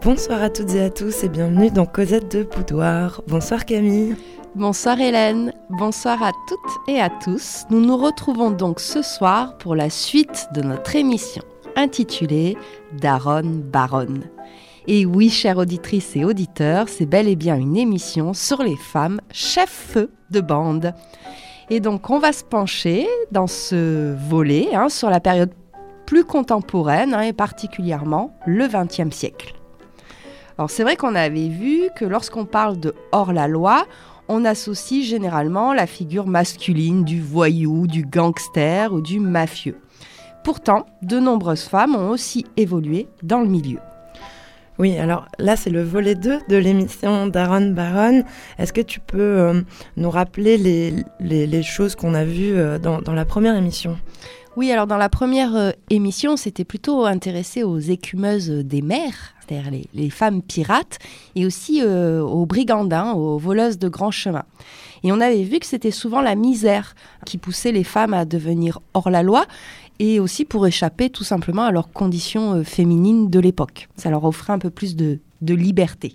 Bonsoir à toutes et à tous et bienvenue dans Cosette de Boudoir. Bonsoir Camille. Bonsoir Hélène, bonsoir à toutes et à tous. Nous nous retrouvons donc ce soir pour la suite de notre émission intitulée Daronne Baronne. Et oui, chères auditrices et auditeurs, c'est bel et bien une émission sur les femmes chefs-feu de bande. Et donc on va se pencher dans ce volet sur la période plus contemporaine et particulièrement le XXe siècle. Alors c'est vrai qu'on avait vu que lorsqu'on parle de hors-la-loi, on associe généralement la figure masculine du voyou, du gangster ou du mafieux. Pourtant, de nombreuses femmes ont aussi évolué dans le milieu. Oui, alors là, c'est le volet 2 de l'émission Daronne Baronne. Est-ce que tu peux nous rappeler les choses qu'on a vues dans la première émission ? Oui, alors dans la première émission, on s'était plutôt intéressé aux écumeuses des mers, c'est-à-dire les femmes pirates, et aussi aux brigandins, aux voleuses de grands chemins. Et on avait vu que c'était souvent la misère qui poussait les femmes à devenir hors-la-loi, et aussi pour échapper tout simplement à leurs conditions féminines de l'époque. Ça leur offrait un peu plus de liberté.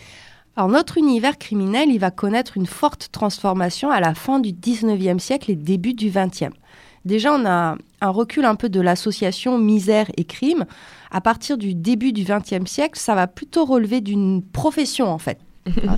Alors notre univers criminel, il va connaître une forte transformation à la fin du 19e siècle et début du 20e. Déjà, on a un recul un peu de l'association misère et crime. À partir du début du XXe siècle, ça va plutôt relever d'une profession, en fait.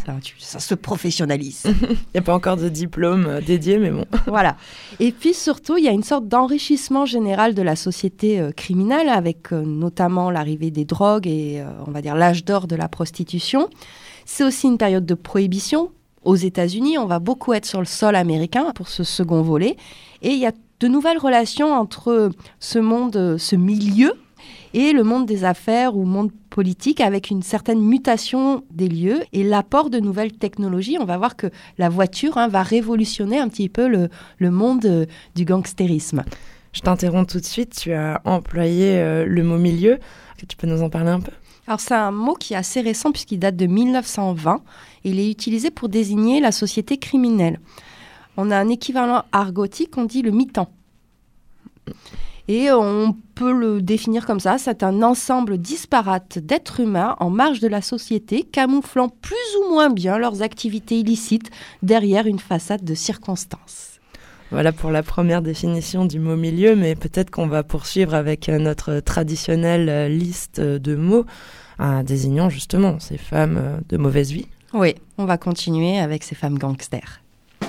Ça se professionnalise. Il n'y a pas encore de diplôme dédié, mais bon. Voilà. Et puis surtout, il y a une sorte d'enrichissement général de la société criminelle, avec notamment l'arrivée des drogues et, on va dire, l'âge d'or de la prostitution. C'est aussi une période de prohibition. Aux États-Unis, on va beaucoup être sur le sol américain pour ce second volet. Et il y a de nouvelles relations entre ce monde, ce milieu et le monde des affaires ou monde politique, avec une certaine mutation des lieux et l'apport de nouvelles technologies. On va voir que la voiture va révolutionner un petit peu le monde du gangstérisme. Je t'interromps tout de suite, tu as employé le mot milieu. Est-ce que tu peux nous en parler un peu ? Alors c'est un mot qui est assez récent puisqu'il date de 1920 et il est utilisé pour désigner la société criminelle. On a un équivalent argotique, on dit le mi-temps. Et on peut le définir comme ça, c'est un ensemble disparate d'êtres humains en marge de la société, camouflant plus ou moins bien leurs activités illicites derrière une façade de circonstances. Voilà pour la première définition du mot milieu, mais peut-être qu'on va poursuivre avec notre traditionnelle liste de mots désignant justement ces femmes de mauvaise vie. Oui, on va continuer avec ces femmes gangsters.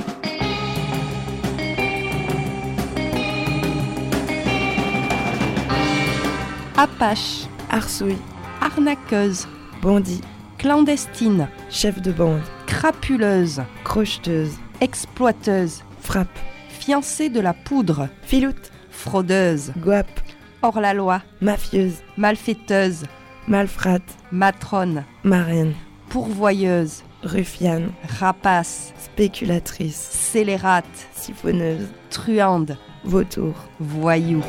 Apache, arsouille, arnaqueuse, bandit, clandestine, chef de bande, crapuleuse, crocheteuse, exploiteuse, frappe, fiancée de la poudre, filoute, fraudeuse, guape, hors-la-loi, mafieuse, malfaiteuse, malfrate, matrone, marraine, pourvoyeuse, ruffiane, rapace, spéculatrice, scélérate, siphonneuse, truande, vautour, voyou.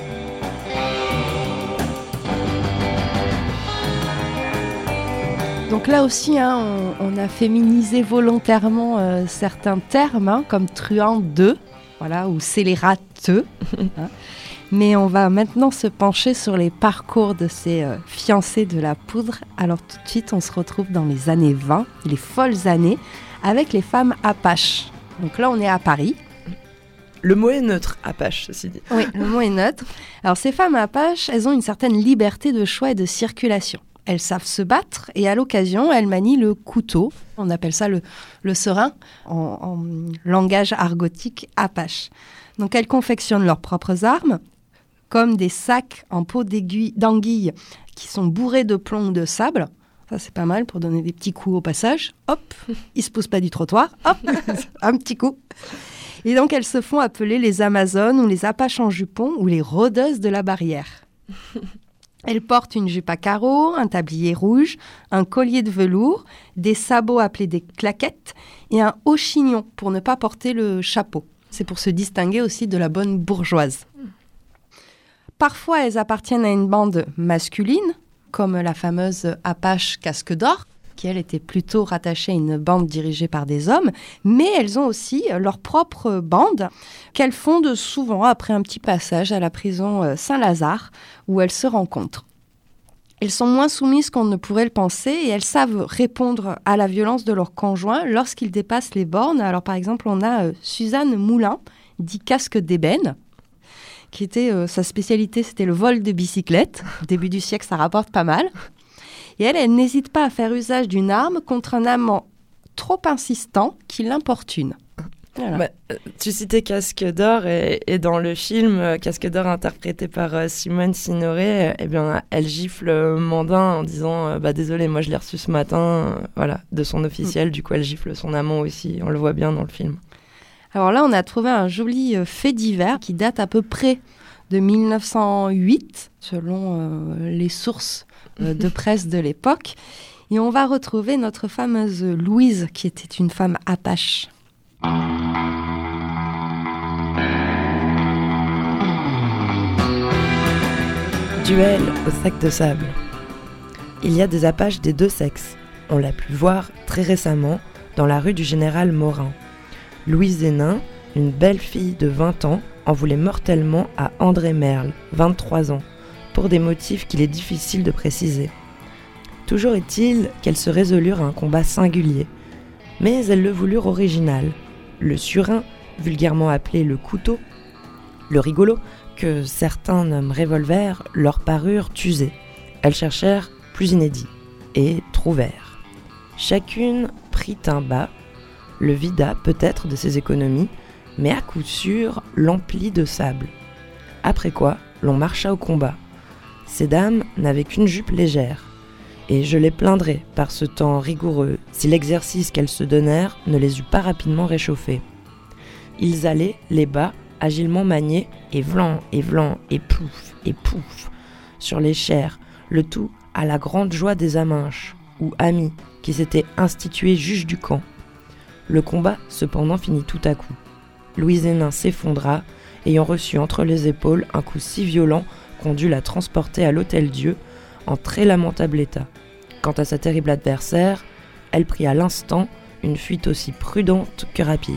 Donc là aussi, on a féminisé volontairement certains termes, comme truandeux, ou scélérateux. Mais on va maintenant se pencher sur les parcours de ces fiancées de la poudre. Alors tout de suite, on se retrouve dans les années 20, les folles années, avec les femmes apaches. Donc là, on est à Paris. Le mot est neutre, apache, ceci dit. Oui, le mot est neutre. Alors ces femmes apaches, elles ont une certaine liberté de choix et de circulation. Elles savent se battre et à l'occasion, elles manient le couteau. On appelle ça le serin en langage argotique apache. Donc elles confectionnent leurs propres armes, comme des sacs en peau d'anguille qui sont bourrés de plomb ou de sable. Ça, c'est pas mal pour donner des petits coups au passage. Hop, ils ne se poussent pas du trottoir. Hop, un petit coup. Et donc elles se font appeler les Amazones ou les Apaches en jupon ou les rôdeuses de la barrière. Elles portent une jupe à carreaux, un tablier rouge, un collier de velours, des sabots appelés des claquettes et un haut chignon pour ne pas porter le chapeau. C'est pour se distinguer aussi de la bonne bourgeoise. Parfois, elles appartiennent à une bande masculine, comme la fameuse Apache Casque d'Or, qui, elle, était plutôt rattachée à une bande dirigée par des hommes, mais elles ont aussi leur propre bande qu'elles fondent souvent après un petit passage à la prison Saint-Lazare, où elles se rencontrent. Elles sont moins soumises qu'on ne pourrait le penser et elles savent répondre à la violence de leur conjoint lorsqu'ils dépassent les bornes. Alors par exemple, on a Suzanne Moulin, dit casque d'ébène, qui était sa spécialité, c'était le vol de bicyclette. Au début du siècle, ça rapporte pas mal. Et elle n'hésite pas à faire usage d'une arme contre un amant trop insistant qui l'importune. Voilà. Tu citais Casque d'Or et dans le film Casque d'Or interprété par Simone Signoret, elle gifle Mandin en disant désolé, moi je l'ai reçu ce matin, de son officiel. Du coup elle gifle son amant aussi, on le voit bien dans le film. Alors là on a trouvé un joli fait divers qui date à peu près de 1908 selon les sources de presse de l'époque, et on va retrouver notre fameuse Louise qui était une femme apache. Duel au sac de sable. Il y a des Apaches des deux sexes. On l'a pu voir très récemment dans la rue du Général Morin. Louise Hénin, une belle fille de 20 ans, en voulait mortellement à André Merle, 23 ans, pour des motifs qu'il est difficile de préciser. Toujours est-il qu'elles se résolurent à un combat singulier. Mais elles le voulurent original. Le surin, vulgairement appelé le couteau, le rigolo, que certains nomment revolver, leur parurent usés. Elles cherchèrent plus inédit, et trouvèrent. Chacune prit un bas, le vida peut-être de ses économies, mais à coup sûr l'emplit de sable. Après quoi, l'on marcha au combat. Ces dames n'avaient qu'une jupe légère, et je les plaindrais par ce temps rigoureux si l'exercice qu'elles se donnèrent ne les eût pas rapidement réchauffées. Ils allaient, les bas, agilement maniés, et vlan, et pouf, sur les chairs, le tout à la grande joie des Aminches, ou amis, qui s'étaient institués juges du camp. Le combat, cependant, finit tout à coup. Louise Hénin s'effondra, ayant reçu entre les épaules un coup si violent qu'on dut la transporter à l'Hôtel-Dieu en très lamentable état. Quant à sa terrible adversaire, elle prit à l'instant une fuite aussi prudente que rapide.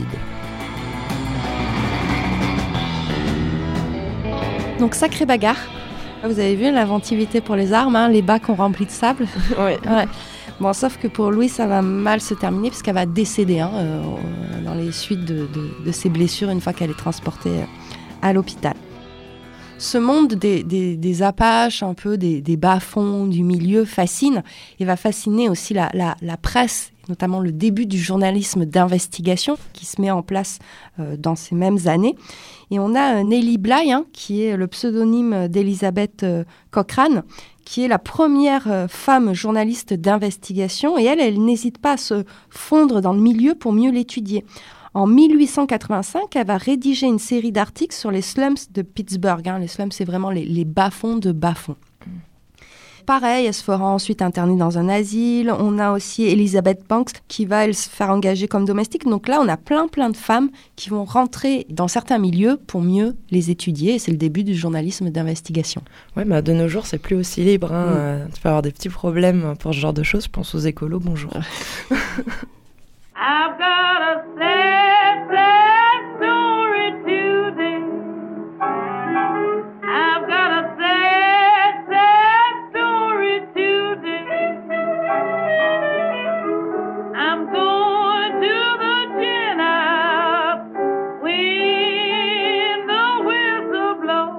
Donc sacrée bagarre. Vous avez vu l'inventivité pour les armes, les bacs ont rempli de sable. Oui. Ouais. Bon, sauf que pour Louise, ça va mal se terminer puisqu'elle va décéder dans les suites de ses blessures une fois qu'elle est transportée à l'hôpital. Ce monde des Apaches, un peu des bas-fonds du milieu fascine et va fasciner aussi la presse, notamment le début du journalisme d'investigation qui se met en place dans ces mêmes années. Et on a Nellie Bly, qui est le pseudonyme d'Elizabeth Cochrane, qui est la première femme journaliste d'investigation. Et elle n'hésite pas à se fondre dans le milieu pour mieux l'étudier. En 1885, elle va rédiger une série d'articles sur les slums de Pittsburgh. Les slums, c'est vraiment les bas-fonds de bas-fonds. Pareil, elle se fera ensuite interner dans un asile. On a aussi Elizabeth Banks qui va se faire engager comme domestique. Donc là, on a plein de femmes qui vont rentrer dans certains milieux pour mieux les étudier. Et c'est le début du journalisme d'investigation. Oui, mais de nos jours, c'est plus aussi libre. Tu peux avoir des petits problèmes pour ce genre de choses. Je pense aux écolos. Bonjour. I've got a sad story today. I've got a sad story today. I'm going to the gin up when the whistle blows.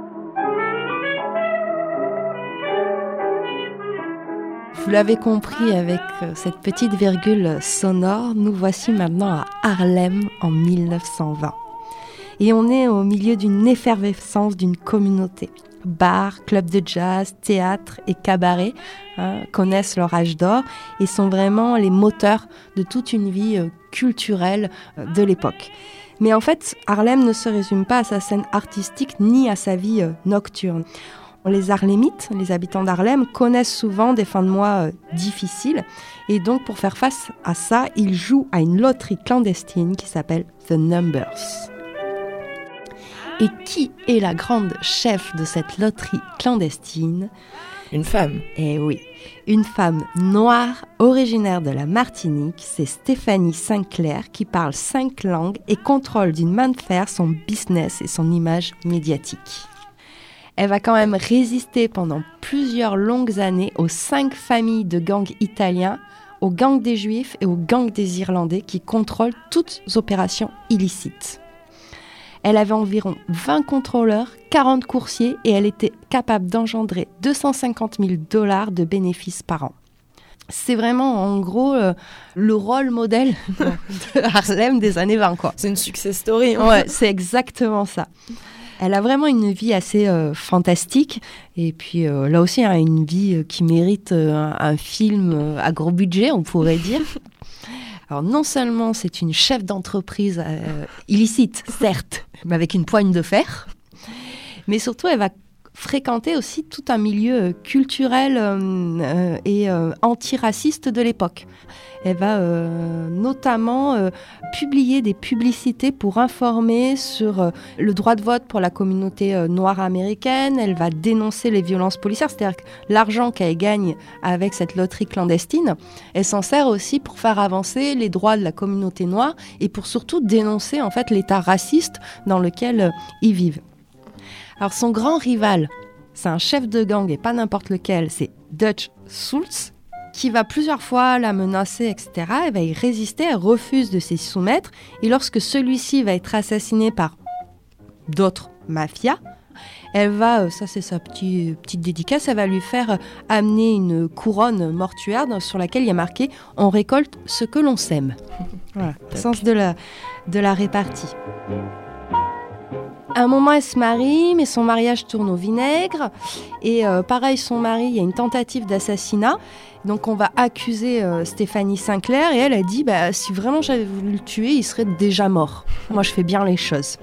Vous l'avez compris avec cette petite virgule sonore, nous voici maintenant à Harlem en 1920. Et on est au milieu d'une effervescence d'une communauté. Bars, clubs de jazz, théâtre et cabaret connaissent leur âge d'or et sont vraiment les moteurs de toute une vie culturelle de l'époque. Mais en fait, Harlem ne se résume pas à sa scène artistique ni à sa vie nocturne. Les Harlémites, les habitants d'Harlem, connaissent souvent des fins de mois difficiles. Et donc, pour faire face à ça, ils jouent à une loterie clandestine qui s'appelle The Numbers. Et qui est la grande chef de cette loterie clandestine ? Une femme. Eh oui, une femme noire originaire de la Martinique, c'est Stéphanie Sinclair qui parle 5 langues et contrôle d'une main de fer son business et son image médiatique. Elle va quand même résister pendant plusieurs longues années aux 5 familles de gangs italiens, au gang des Juifs et au gang des Irlandais qui contrôlent toutes opérations illicites. Elle avait environ 20 contrôleurs, 40 coursiers et elle était capable d'engendrer $250,000 de bénéfices par an. C'est vraiment, en gros, le rôle modèle de Harlem des années 20, quoi. C'est une success story. Hein. Ouais, c'est exactement ça. Elle a vraiment une vie assez fantastique. Et puis, là aussi, hein, une vie qui mérite un film à gros budget, on pourrait dire. Alors, non seulement c'est une chef d'entreprise illicite, certes, mais avec une poigne de fer, mais surtout, elle va fréquenter aussi tout un milieu culturel et antiraciste de l'époque. Elle va notamment publier des publicités pour informer sur le droit de vote pour la communauté noire américaine. Elle va dénoncer les violences policières, c'est-à-dire que l'argent qu'elle gagne avec cette loterie clandestine, elle s'en sert aussi pour faire avancer les droits de la communauté noire et pour surtout dénoncer en fait l'état raciste dans lequel ils vivent. Alors son grand rival, c'est un chef de gang et pas n'importe lequel, c'est Dutch Schultz, qui va plusieurs fois la menacer, etc. Elle va y résister, elle refuse de s'y soumettre. Et lorsque celui-ci va être assassiné par d'autres mafias, elle va, ça c'est sa petite dédicace, elle va lui faire amener une couronne mortuaire sur laquelle il y a marqué « On récolte ce que l'on sème ». Voilà, sens de la répartie. À un moment, elle se marie, mais son mariage tourne au vinaigre. Et pareil, son mari, il y a une tentative d'assassinat. Donc, on va accuser Stéphanie Sinclair. Et elle a dit, si vraiment j'avais voulu le tuer, il serait déjà mort. Moi, je fais bien les choses.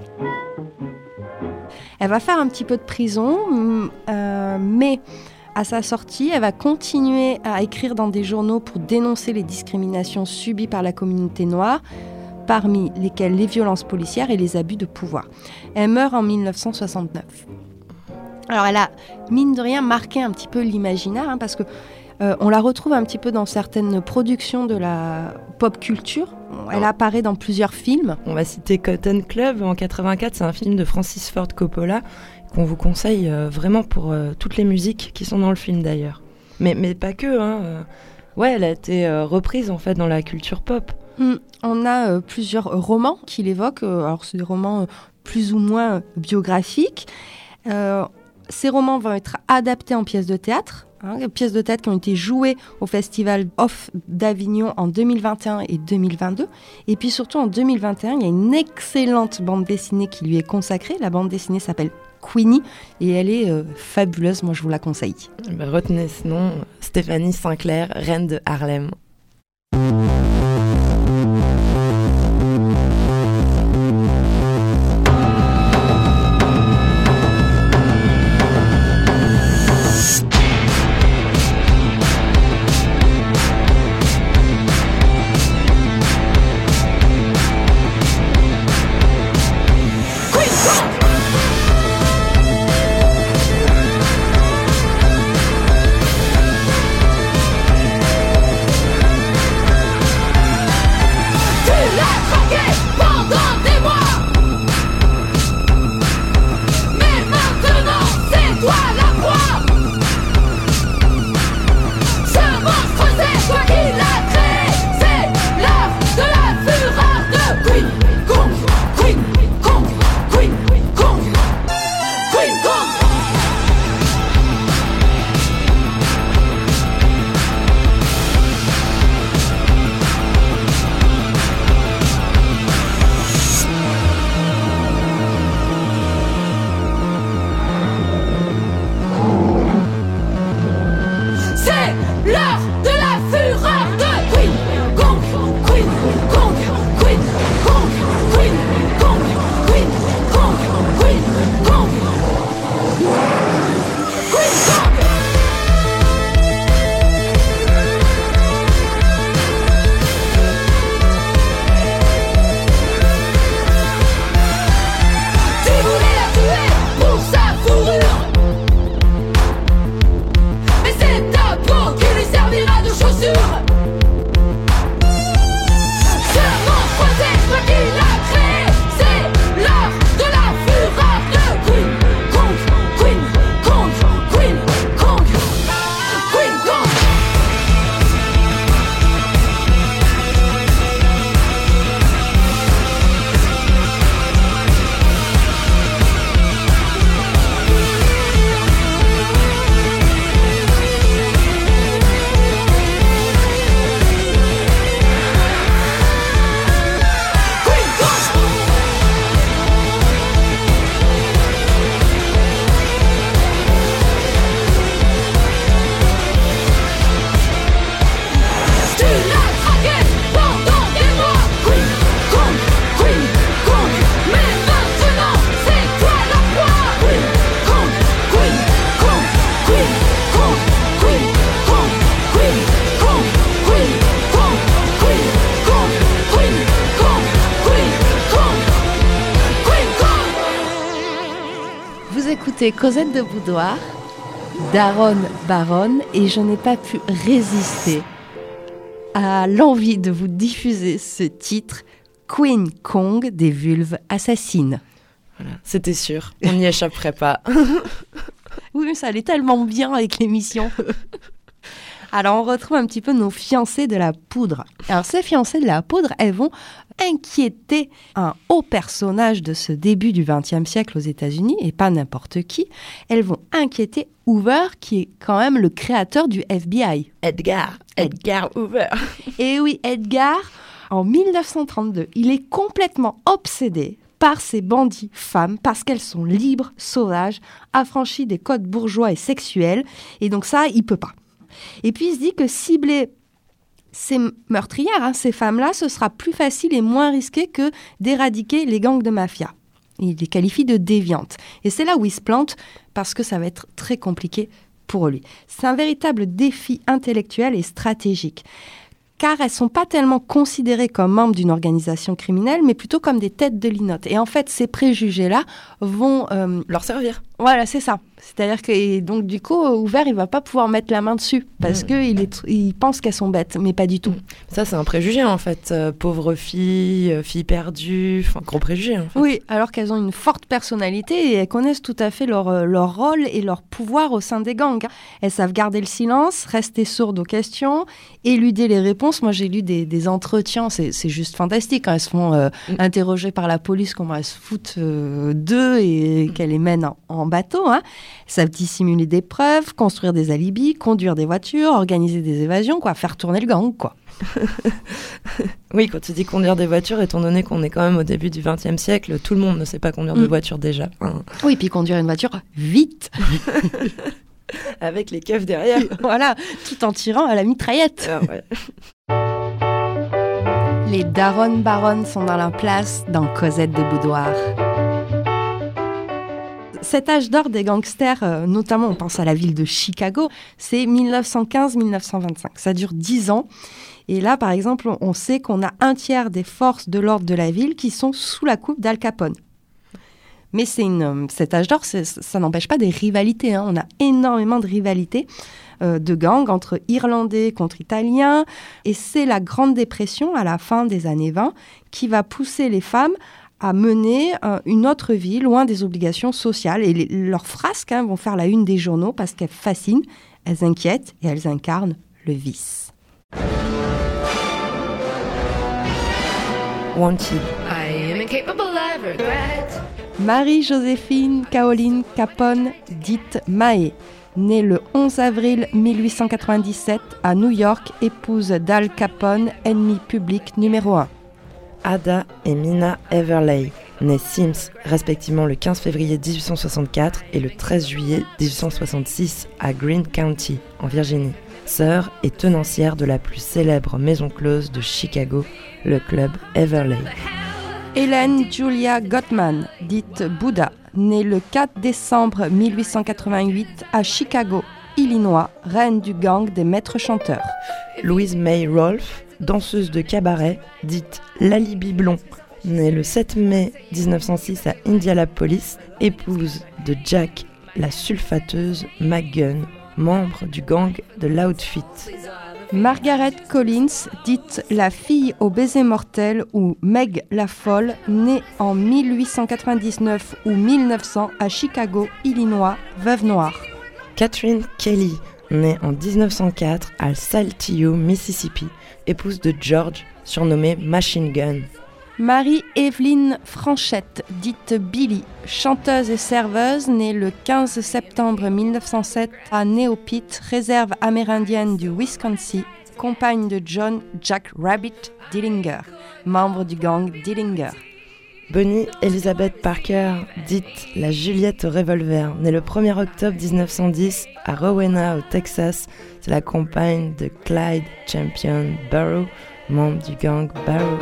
Elle va faire un petit peu de prison, mais à sa sortie, elle va continuer à écrire dans des journaux pour dénoncer les discriminations subies par la communauté noire, parmi lesquels les violences policières et les abus de pouvoir. Elle meurt en 1969. Alors elle a, mine de rien, marqué un petit peu l'imaginaire, parce que on la retrouve un petit peu dans certaines productions de la pop culture. Elle apparaît dans plusieurs films. On va citer Cotton Club en 84, c'est un film de Francis Ford Coppola qu'on vous conseille vraiment pour toutes les musiques qui sont dans le film d'ailleurs. Mais pas que, hein. Ouais, elle a été reprise en fait dans la culture pop. On a plusieurs romans qui l'évoquent. Alors, c'est des romans plus ou moins biographiques. Ces romans vont être adaptés en pièces de théâtre. Pièces de théâtre qui ont été jouées au Festival Off d'Avignon en 2021 et 2022. Et puis surtout, en 2021, il y a une excellente bande dessinée qui lui est consacrée. La bande dessinée s'appelle Queenie et elle est fabuleuse. Moi, je vous la conseille. Retenez ce nom, Stéphanie Sinclair, reine de Harlem. écoutez Cosette de Boudoir, Daronne Baronne, et je n'ai pas pu résister à l'envie de vous diffuser ce titre, Queen Kong des vulves assassines. Voilà, c'était sûr, on n'y échapperait pas. Oui, mais ça allait tellement bien avec l'émission. Alors, on retrouve un petit peu nos fiancées de la poudre. Alors, ces fiancées de la poudre, elles vont inquiéter un haut personnage de ce début du XXe siècle aux États-Unis, et pas n'importe qui. Elles vont inquiéter Hoover, qui est quand même le créateur du FBI. Edgar Hoover. Et oui, Edgar, en 1932, il est complètement obsédé par ces bandits femmes, parce qu'elles sont libres, sauvages, affranchies des codes bourgeois et sexuels. Et donc ça, il peut pas. Et puis il se dit que cibler ces meurtrières, ces femmes-là, ce sera plus facile et moins risqué que d'éradiquer les gangs de mafia. Il les qualifie de déviantes. Et c'est là où il se plante, parce que ça va être très compliqué pour lui. C'est un véritable défi intellectuel et stratégique. Car elles ne sont pas tellement considérées comme membres d'une organisation criminelle, mais plutôt comme des têtes de linotte. Et en fait, ces préjugés-là vont leur servir. Voilà, c'est ça. C'est-à-dire que, et donc du coup, Hoover, il va pas pouvoir mettre la main dessus parce qu'il pense qu'elles sont bêtes, mais pas du tout. Ça, c'est un préjugé en fait. Pauvre fille, fille perdue, gros préjugé en fait. Oui, alors qu'elles ont une forte personnalité et elles connaissent tout à fait leur rôle et leur pouvoir au sein des gangs. Elles savent garder le silence, rester sourdes aux questions, éluder les réponses. Moi, j'ai lu des entretiens, c'est juste fantastique quand elles se font interroger par la police, comment elles se foutent d'eux et qu'elles les mènent en bateau. Elles savent dissimuler des preuves, construire des alibis, conduire des voitures, organiser des évasions, faire tourner le gang, quoi. Oui, quand tu dis conduire des voitures, étant donné qu'on est quand même au début du XXe siècle, tout le monde ne sait pas conduire de voiture déjà. Oui, puis conduire une voiture vite. Avec les keufs derrière. Voilà, tout en tirant à la mitraillette. Ah, ouais. Les daronnes baronnes sont dans la place dans Cosette de Boudoir. Cet âge d'or des gangsters, notamment on pense à la ville de Chicago, c'est 1915-1925. Ça dure 10 ans. Et là, par exemple, on sait qu'on a un tiers des forces de l'ordre de la ville qui sont sous la coupe d'Al Capone. Mais cet âge d'or, ça n'empêche pas des rivalités. On a énormément de rivalités de gangs entre Irlandais contre Italiens. Et c'est la Grande Dépression, à la fin des années 20, qui va pousser les femmes à mener une autre vie, loin des obligations sociales. Et leurs frasques vont faire la une des journaux parce qu'elles fascinent, elles inquiètent et elles incarnent le vice. Wanted. I am incapable of regret. Marie-Joséphine Caroline Capone, dite Mae, née le 11 avril 1897 à New York, épouse d'Al Capone, ennemi public numéro 1. Ada et Mina Everley, nées Sims, respectivement le 15 février 1864 et le 13 juillet 1866 à Greene County, en Virginie. Sœur et tenancière de la plus célèbre maison close de Chicago, le club Everley. Hélène Julia Gottman, dite Bouddha, née le 4 décembre 1888 à Chicago, Illinois, reine du gang des maîtres chanteurs. Louise May Rolfe, danseuse de cabaret, dite l'alibi blond, née le 7 mai 1906 à Indianapolis, épouse de Jack, la sulfateuse McGunn, membre du gang de l'Outfit. Margaret Collins, dite la fille au baiser mortel ou Meg la folle, née en 1899 ou 1900 à Chicago, Illinois, veuve noire. Catherine Kelly, née en 1904 à Saltillo, Mississippi, épouse de George, surnommé Machine Gun. Marie-Évelyne Franchette, dite Billy, chanteuse et serveuse, née le 15 septembre 1907 à Neopit, réserve amérindienne du Wisconsin, compagne de John Jack Rabbit Dillinger, membre du gang Dillinger. Bonnie Elizabeth Parker, dite la Juliette au revolver, née le 1er octobre 1910 à Rowena, au Texas, c'est la compagne de Clyde Champion Barrow, membre du gang Barrow.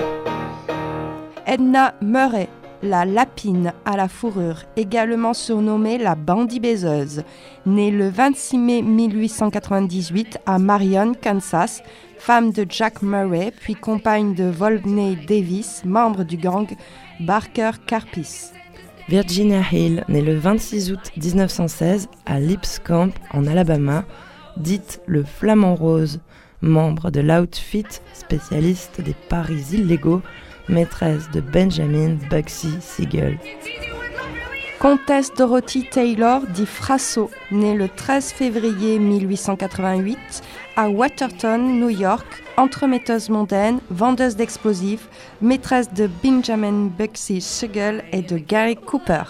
Edna Murray, la lapine à la fourrure, également surnommée la bandit baiseuse, née le 26 mai 1898 à Marion, Kansas, femme de Jack Murray, puis compagne de Volney Davis, membre du gang Barker Karpis. Virginia Hill, née le 26 août 1916 à Lipscomb, en Alabama, dite le Flamant Rose, membre de l'Outfit, spécialiste des paris illégaux, maîtresse de Benjamin Bugsy Siegel. Comtesse Dorothy Taylor dit Frasso, née le 13 février 1888 à Watertown, New York, entremetteuse mondaine, vendeuse d'explosifs, maîtresse de Benjamin Bugsy Siegel et de Gary Cooper.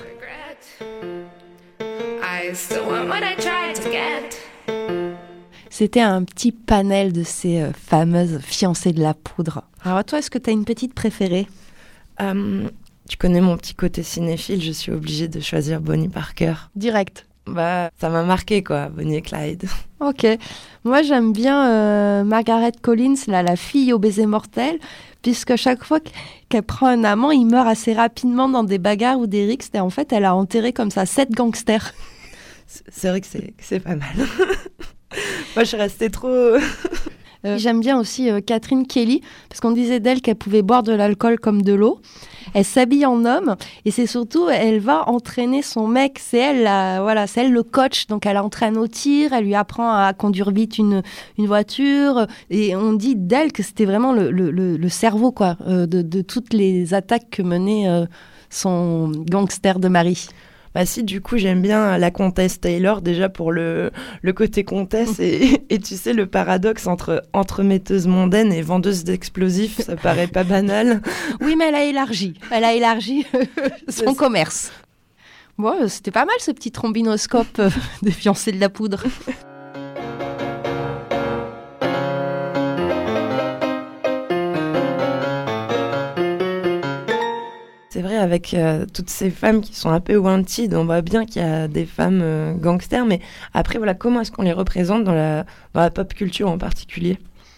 I still want what I tried to get. C'était un petit panel de ces fameuses fiancées de la poudre. Alors toi, est-ce que tu as une petite préférée ? Tu connais mon petit côté cinéphile, je suis obligée de choisir Bonnie Parker. Direct. Bah, ça m'a marqué quoi, Bonnie et Clyde. Ok. Moi, j'aime bien Margaret Collins, la fille au baiser mortel, puisque chaque fois qu'elle prend un amant, il meurt assez rapidement dans des bagarres ou des rixes. Et en fait, elle a enterré comme ça 7 gangsters. C'est vrai que c'est pas mal. Moi, je suis restée trop... J'aime bien aussi Catherine Kelly, parce qu'on disait d'elle qu'elle pouvait boire de l'alcool comme de l'eau. Elle s'habille en homme, et c'est surtout, elle va entraîner son mec. C'est elle, c'est elle le coach. Donc, elle entraîne au tir, elle lui apprend à conduire vite une voiture. Et on dit d'elle que c'était vraiment le cerveau quoi, de toutes les attaques que menait son gangster de mari. Bah si, du coup, j'aime bien la comtesse Taylor, déjà pour le côté comtesse. Et tu sais, le paradoxe entre entremetteuse mondaine et vendeuse d'explosifs, ça paraît pas banal. Oui, mais elle a élargi son commerce. Bon, c'était pas mal ce petit trombinoscope des fiancés de la poudre. C'est vrai, avec toutes ces femmes qui sont un peu wanted, on voit bien qu'il y a des femmes gangsters, mais après, voilà, comment est-ce qu'on les représente dans la pop culture en particulier ?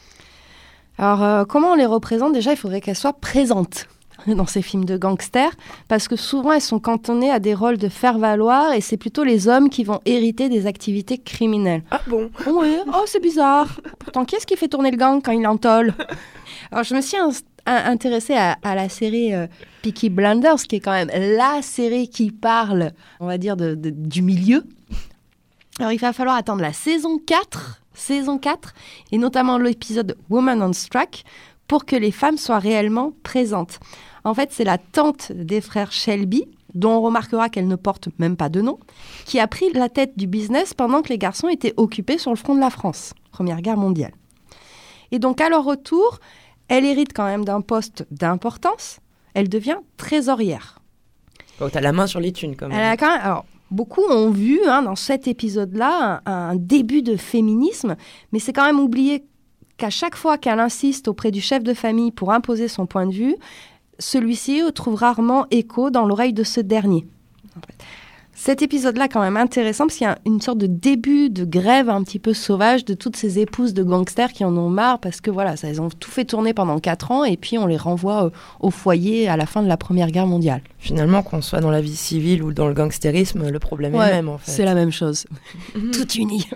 Alors, comment on les représente ? Déjà, il faudrait qu'elles soient présentes dans ces films de gangsters, parce que souvent, elles sont cantonnées à des rôles de faire-valoir, et c'est plutôt les hommes qui vont hériter des activités criminelles. Ah bon ? Oui, c'est bizarre. Pourtant, qui est-ce qui fait tourner le gang quand il entole ? Alors, je me suis intéressée à la série Peaky Blinders, qui est quand même la série qui parle, on va dire, du milieu. Alors, il va falloir attendre la saison 4, et notamment l'épisode Woman on Strike, pour que les femmes soient réellement présentes. En fait, c'est la tante des frères Shelby, dont on remarquera qu'elle ne porte même pas de nom, qui a pris la tête du business pendant que les garçons étaient occupés sur le front de la France, Première Guerre mondiale. Et donc, à leur retour, elle hérite quand même d'un poste d'importance. Elle devient trésorière. Oh, t'as la main sur les thunes, quand même. Elle a quand même... Alors, beaucoup ont vu dans cet épisode-là un début de féminisme, mais c'est quand même oublié qu'à chaque fois qu'elle insiste auprès du chef de famille pour imposer son point de vue, celui-ci trouve rarement écho dans l'oreille de ce dernier. Cet épisode-là est quand même intéressant parce qu'il y a une sorte de début de grève un petit peu sauvage de toutes ces épouses de gangsters qui en ont marre parce que voilà, elles ont tout fait tourner pendant 4 ans et puis on les renvoie au foyer à la fin de la Première Guerre mondiale. Finalement, qu'on soit dans la vie civile ou dans le gangstérisme, le problème est le même en fait. C'est la même chose. Tout uni.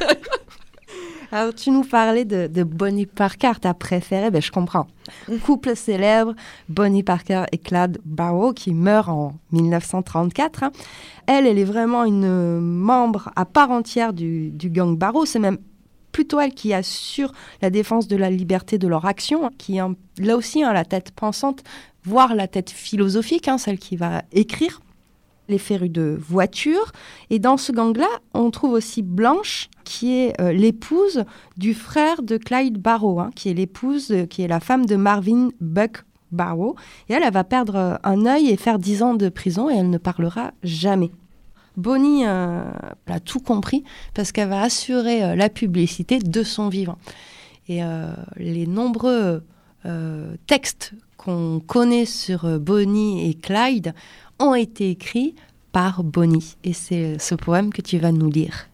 Alors, tu nous parlais de Bonnie Parker, ta préférée, je comprends. Couple célèbre, Bonnie Parker et Clyde Barrow, qui meurt en 1934. Elle est vraiment une membre à part entière du gang Barrow. C'est même plutôt elle qui assure la défense de la liberté de leur action, qui est là aussi la tête pensante, voire la tête philosophique, celle qui va écrire les férus de voitures. Et dans ce gang-là, on trouve aussi Blanche, qui est l'épouse du frère de Clyde Barrow, qui est la femme de Marvin Buck Barrow. Et elle va perdre un œil et faire 10 ans de prison, et elle ne parlera jamais. Bonnie a tout compris, parce qu'elle va assurer la publicité de son vivant. Et les nombreux textes qu'on connaît sur Bonnie et Clyde ont été écrits par Bonnie. Et c'est ce poème que tu vas nous lire.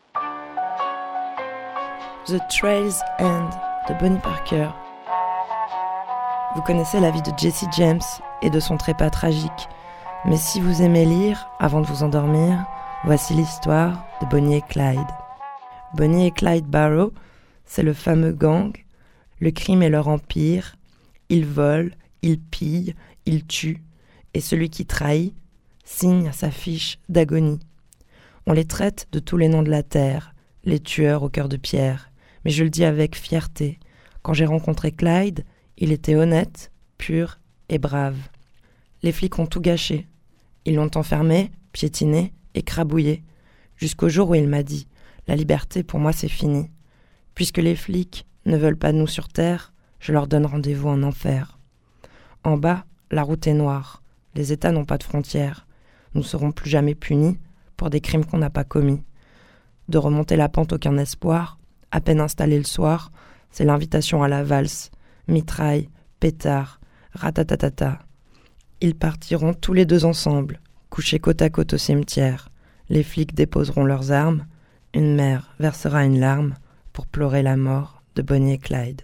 The Trail's End de Bonnie Parker. Vous connaissez la vie de Jesse James et de son trépas tragique. Mais si vous aimez lire avant de vous endormir, voici l'histoire de Bonnie et Clyde. Bonnie et Clyde Barrow, c'est le fameux gang. Le crime est leur empire. Ils volent, ils pillent, ils tuent. Et celui qui trahit, signe à sa fiche d'agonie. On les traite de tous les noms de la terre, les tueurs au cœur de pierre. Mais je le dis avec fierté. Quand j'ai rencontré Clyde, il était honnête, pur et brave. Les flics ont tout gâché. Ils l'ont enfermé, piétiné, écrabouillé. Jusqu'au jour où il m'a dit « La liberté, pour moi, c'est fini. Puisque les flics ne veulent pas de nous sur terre, je leur donne rendez-vous en enfer. En bas, la route est noire. Les États n'ont pas de frontières. Nous serons plus jamais punis pour des crimes qu'on n'a pas commis. De remonter la pente, aucun espoir. À peine installé le soir, c'est l'invitation à la valse. Mitraille, pétard, ratatatata. Ils partiront tous les deux ensemble, couchés côte à côte au cimetière. Les flics déposeront leurs armes. Une mère versera une larme pour pleurer la mort de Bonnie et Clyde.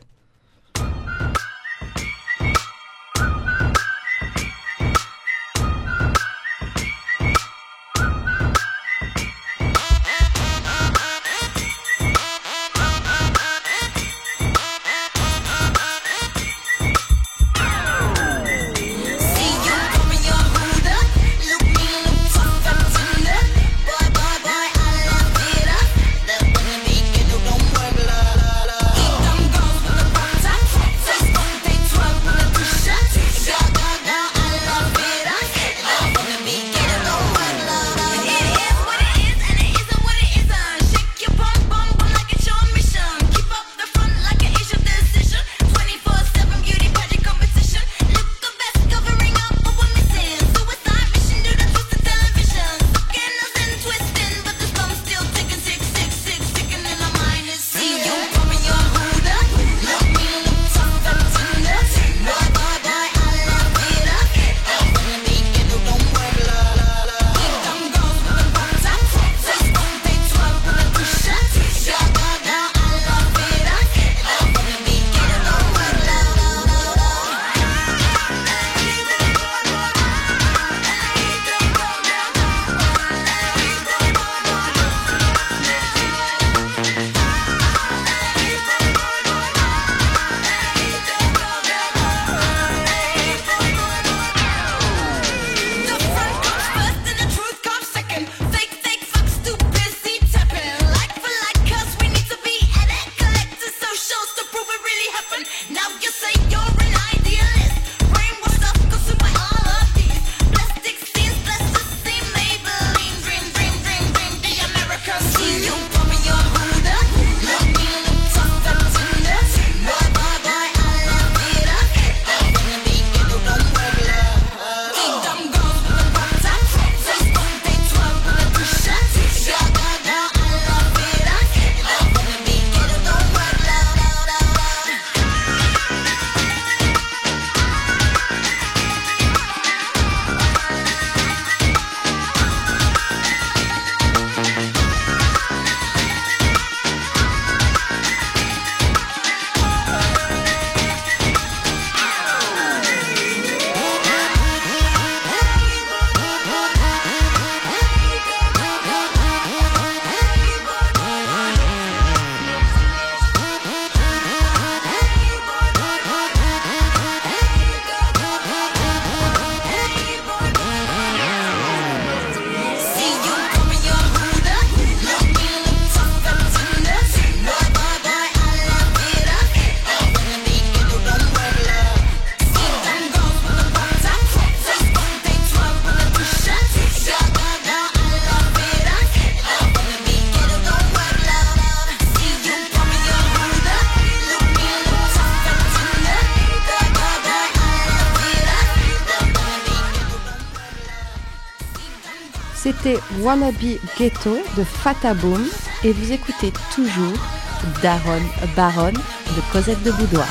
C'était Wannabe Ghetto de Fata Boom et vous écoutez toujours Daron Baron de Cosette de Boudoir.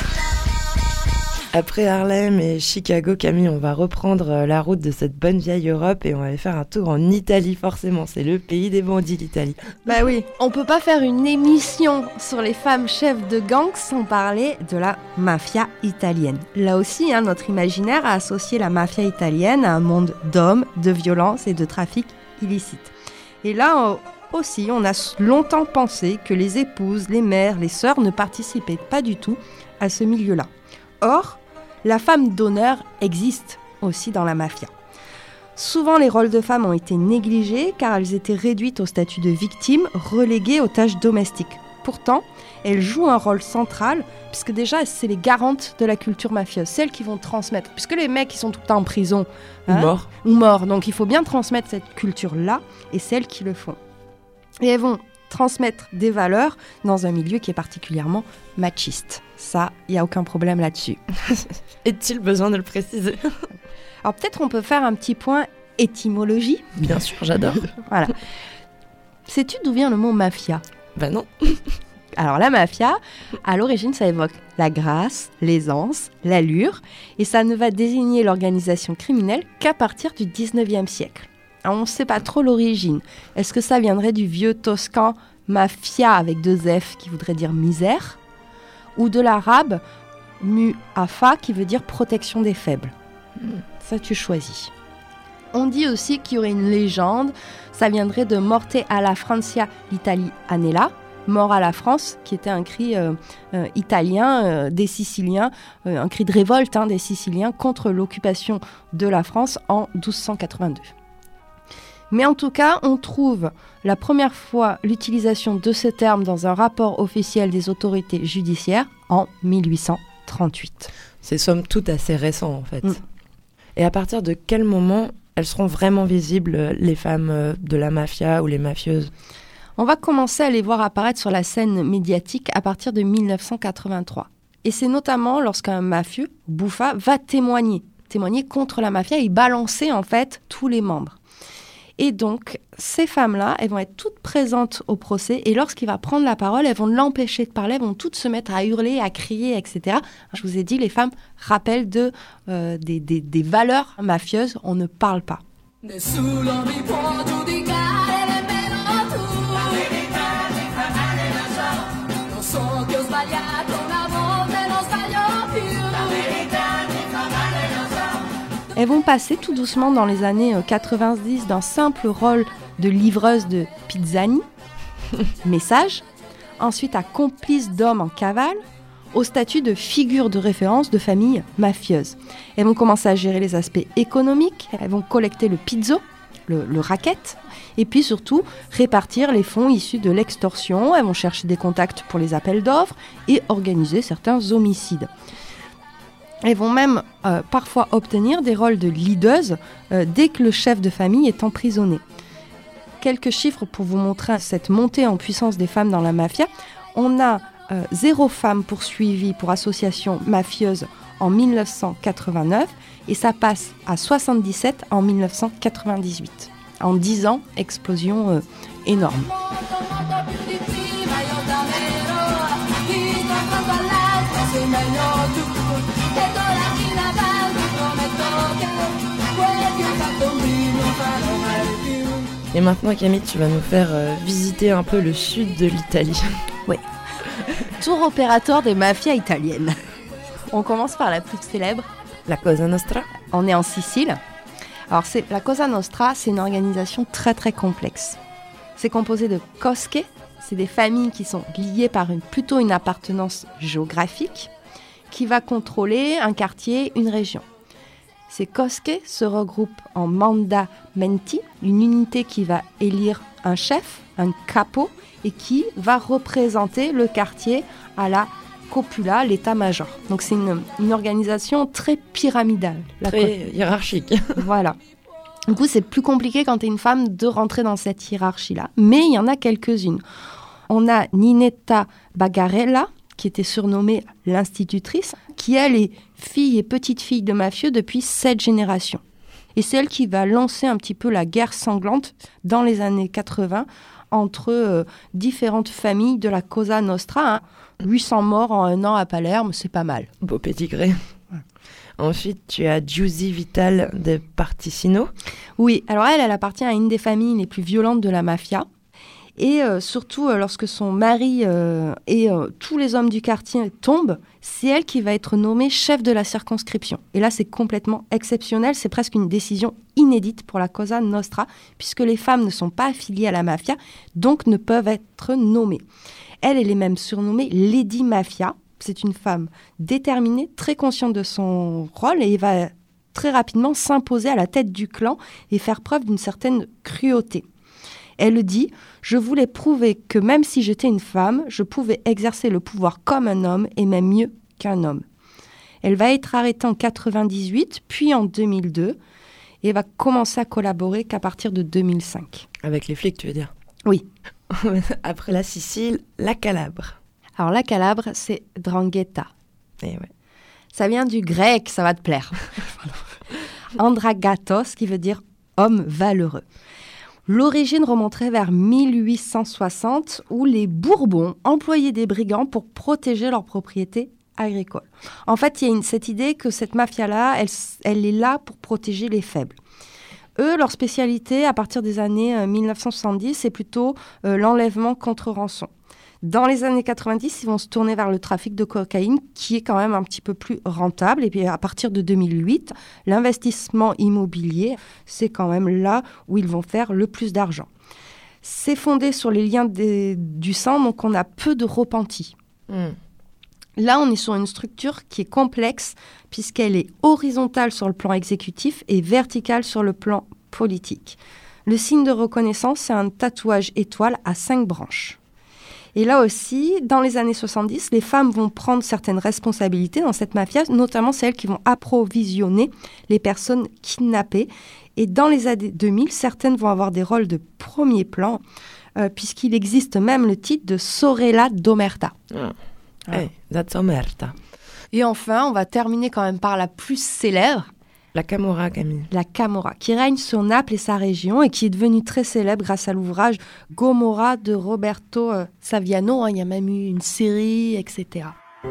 Après Harlem et Chicago, Camille, on va reprendre la route de cette bonne vieille Europe et on va aller faire un tour en Italie, forcément. C'est le pays des bandits, l'Italie. Bah oui, on peut pas faire une émission sur les femmes chefs de gang sans parler de la mafia italienne. Là aussi, notre imaginaire a associé la mafia italienne à un monde d'hommes, de violence et de trafic illicite. Et là aussi, on a longtemps pensé que les épouses, les mères, les sœurs ne participaient pas du tout à ce milieu-là. Or, la femme d'honneur existe aussi dans la mafia. Souvent, les rôles de femmes ont été négligés car elles étaient réduites au statut de victimes, reléguées aux tâches domestiques. Pourtant, elles jouent un rôle central puisque déjà, c'est les garantes de la culture mafieuse, celles qui vont transmettre. Puisque les mecs, ils sont tout le temps en prison ou morts, donc il faut bien transmettre cette culture-là et celles qui le font. Et elles vont transmettre des valeurs dans un milieu qui est particulièrement machiste. Ça, il n'y a aucun problème là-dessus. Est-il besoin de le préciser? Alors peut-être on peut faire un petit point étymologie. Bien sûr, j'adore. Voilà. Sais-tu d'où vient le mot mafia? Bah non. Alors la mafia, à l'origine, ça évoque la grâce, l'aisance, l'allure, et ça ne va désigner l'organisation criminelle qu'à partir du 19e siècle. Alors, on ne sait pas trop l'origine. Est-ce que ça viendrait du vieux toscan mafia avec 2 F qui voudrait dire misère, ou de l'arabe mu'afa qui veut dire protection des faibles? Ça, tu choisis. On dit aussi qu'il y aurait une légende, ça viendrait de Morte alla Francia l'Italianella, mort à la France, qui était un cri italien des Siciliens, un cri de révolte des Siciliens contre l'occupation de la France en 1282. Mais en tout cas, on trouve la première fois l'utilisation de ce terme dans un rapport officiel des autorités judiciaires en 1838. C'est somme toute assez récent en fait. Et à partir de quel moment elles seront vraiment visibles, les femmes de la mafia ou les mafieuses? On va commencer à les voir apparaître sur la scène médiatique à partir de 1983. Et c'est notamment lorsqu'un mafieux, Buffa, va témoigner contre la mafia et balancer en fait tous les membres. Et donc, ces femmes-là, elles vont être toutes présentes au procès et lorsqu'il va prendre la parole, elles vont l'empêcher de parler, elles vont toutes se mettre à hurler, à crier, etc. Je vous ai dit, les femmes rappellent des valeurs mafieuses, on ne parle pas. Nessuno mi può giudicare nemmeno tu. La verità ti fa male, lo so. Lo so che ho sbagliato una volta e non sbaglio più. La verità ti fa male, lo so. Elles vont passer tout doucement dans les années 90 d'un simple rôle de livreuse de pizzani, message, ensuite à complice d'hommes en cavale, au statut de figure de référence de famille mafieuse. Elles vont commencer à gérer les aspects économiques, elles vont collecter le pizzo, le racket, et puis surtout répartir les fonds issus de l'extorsion. Elles vont chercher des contacts pour les appels d'offres et organiser certains homicides. Elles vont même parfois obtenir des rôles de leaders dès que le chef de famille est emprisonné. Quelques chiffres pour vous montrer cette montée en puissance des femmes dans la mafia. On a 0 femme poursuivie pour association mafieuse en 1989 et ça passe à 77 en 1998. En 10 ans, explosion énorme. Et maintenant, Camille, tu vas nous faire visiter un peu le sud de l'Italie. Oui. Tour opératoire des mafias italiennes. On commence par la plus célèbre. La Cosa Nostra. On est en Sicile. Alors, la Cosa Nostra, c'est une organisation très très complexe. C'est composé de cosche, c'est des familles qui sont liées par plutôt une appartenance géographique, qui va contrôler un quartier, une région. Ces cosche se regroupent en mandamenti, une unité qui va élire un chef, un capo, et qui va représenter le quartier à la copula, l'état-major. Donc c'est une organisation très pyramidale. Très hiérarchique. Voilà. Du coup, c'est plus compliqué quand tu es une femme de rentrer dans cette hiérarchie-là. Mais il y en a quelques-unes. On a Ninetta Bagarella, qui était surnommée l'institutrice, qui elle est fille et petite-fille de mafieux depuis 7 générations. Et c'est elle qui va lancer un petit peu la guerre sanglante dans les années 80 entre différentes familles de la Cosa Nostra. 800 morts en 1 an à Palerme, c'est pas mal. Beau pédigré. Ouais. Ensuite, tu as Giusy Vital de Particino. Oui, alors elle appartient à une des familles les plus violentes de la mafia. Et surtout, lorsque son mari et tous les hommes du quartier tombent, c'est elle qui va être nommée chef de la circonscription. Et là, c'est complètement exceptionnel. C'est presque une décision inédite pour la Cosa Nostra, puisque les femmes ne sont pas affiliées à la mafia, donc ne peuvent être nommées. Elle est même surnommée Lady Mafia. C'est une femme déterminée, très consciente de son rôle, et va très rapidement s'imposer à la tête du clan et faire preuve d'une certaine cruauté. Elle dit « Je voulais prouver que même si j'étais une femme, je pouvais exercer le pouvoir comme un homme et même mieux qu'un homme. » Elle va être arrêtée en 1998, puis en 2002, et va commencer à collaborer qu'à partir de 2005. Avec les flics, tu veux dire? Oui. Après la Sicile, la Calabre. Alors la Calabre, c'est Drangheta. Et ouais. Ça vient du grec, ça va te plaire. Andragatos, qui veut dire homme valeureux. L'origine remonterait vers 1860, où les Bourbons employaient des brigands pour protéger leurs propriétés agricoles. En fait, il y a cette idée que cette mafia-là, elle est là pour protéger les faibles. Eux, leur spécialité, à partir des années 1970, c'est plutôt l'enlèvement contre rançon. Dans les années 90, ils vont se tourner vers le trafic de cocaïne, qui est quand même un petit peu plus rentable. Et puis à partir de 2008, l'investissement immobilier, c'est quand même là où ils vont faire le plus d'argent. C'est fondé sur les liens du sang, donc on a peu de repentis. Là, on est sur une structure qui est complexe, puisqu'elle est horizontale sur le plan exécutif et verticale sur le plan politique. Le signe de reconnaissance, c'est un tatouage étoile à 5 branches. Et là aussi, dans les années 70, les femmes vont prendre certaines responsabilités dans cette mafia, notamment celles qui vont approvisionner les personnes kidnappées. Et dans les années 2000, certaines vont avoir des rôles de premier plan, puisqu'il existe même le titre de Sorella d'Omerta. Hey, that's Omerta. Et enfin, on va terminer quand même par la plus célèbre, La Camorra, Camille. la Camorra, qui règne sur Naples et sa région et qui est devenue très célèbre grâce à l'ouvrage Gomorra de Roberto Saviano. Il y a même eu une série, etc.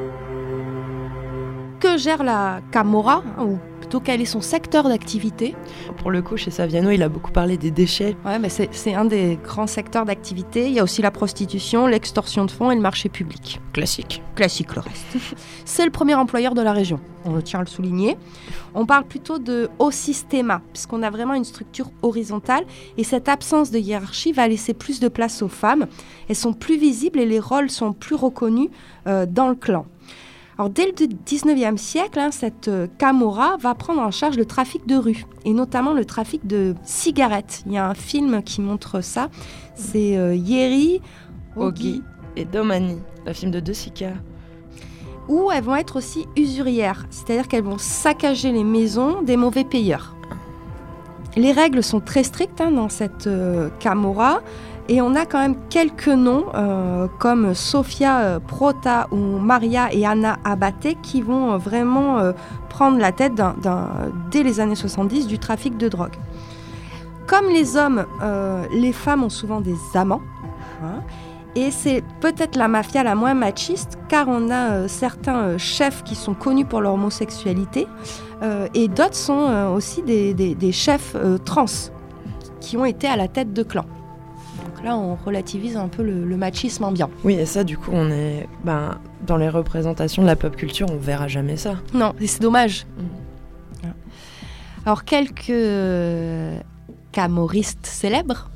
Que gère la Camorra, ou plutôt quel est son secteur d'activité? Pour le coup, chez Saviano, il a beaucoup parlé des déchets. Ouais, mais c'est un des grands secteurs d'activité. Il y a aussi la prostitution, l'extorsion de fonds et le marché public. Classique. Classique, le reste. C'est le premier employeur de la région, on tient à le souligner. On parle plutôt de haut systéma, puisqu'on a vraiment une structure horizontale, et cette absence de hiérarchie va laisser plus de place aux femmes. Elles sont plus visibles et les rôles sont plus reconnus dans le clan. Alors, dès le 19e siècle, cette Camorra va prendre en charge le trafic de rue, et notamment le trafic de cigarettes. Il y a un film qui montre ça, c'est Yeri, Ogi et Domani, le film de De Sica. Où elles vont être aussi usurières, c'est-à-dire qu'elles vont saccager les maisons des mauvais payeurs. Les règles sont très strictes dans cette Camorra, et on a quand même quelques noms comme Sofia Prota ou Maria et Anna Abate qui vont vraiment prendre la tête dès les années 70 du trafic de drogue. Comme les hommes, les femmes ont souvent des amants. Et c'est peut-être la mafia la moins machiste, car on a certains chefs qui sont connus pour leur homosexualité, et d'autres sont aussi des chefs trans qui ont été à la tête de clans. Donc là, on relativise un peu le machisme ambiant. Oui, et ça, du coup, on est dans les représentations de la pop culture, on verra jamais ça. Non, et c'est dommage. Alors, quelques camoristes célèbres.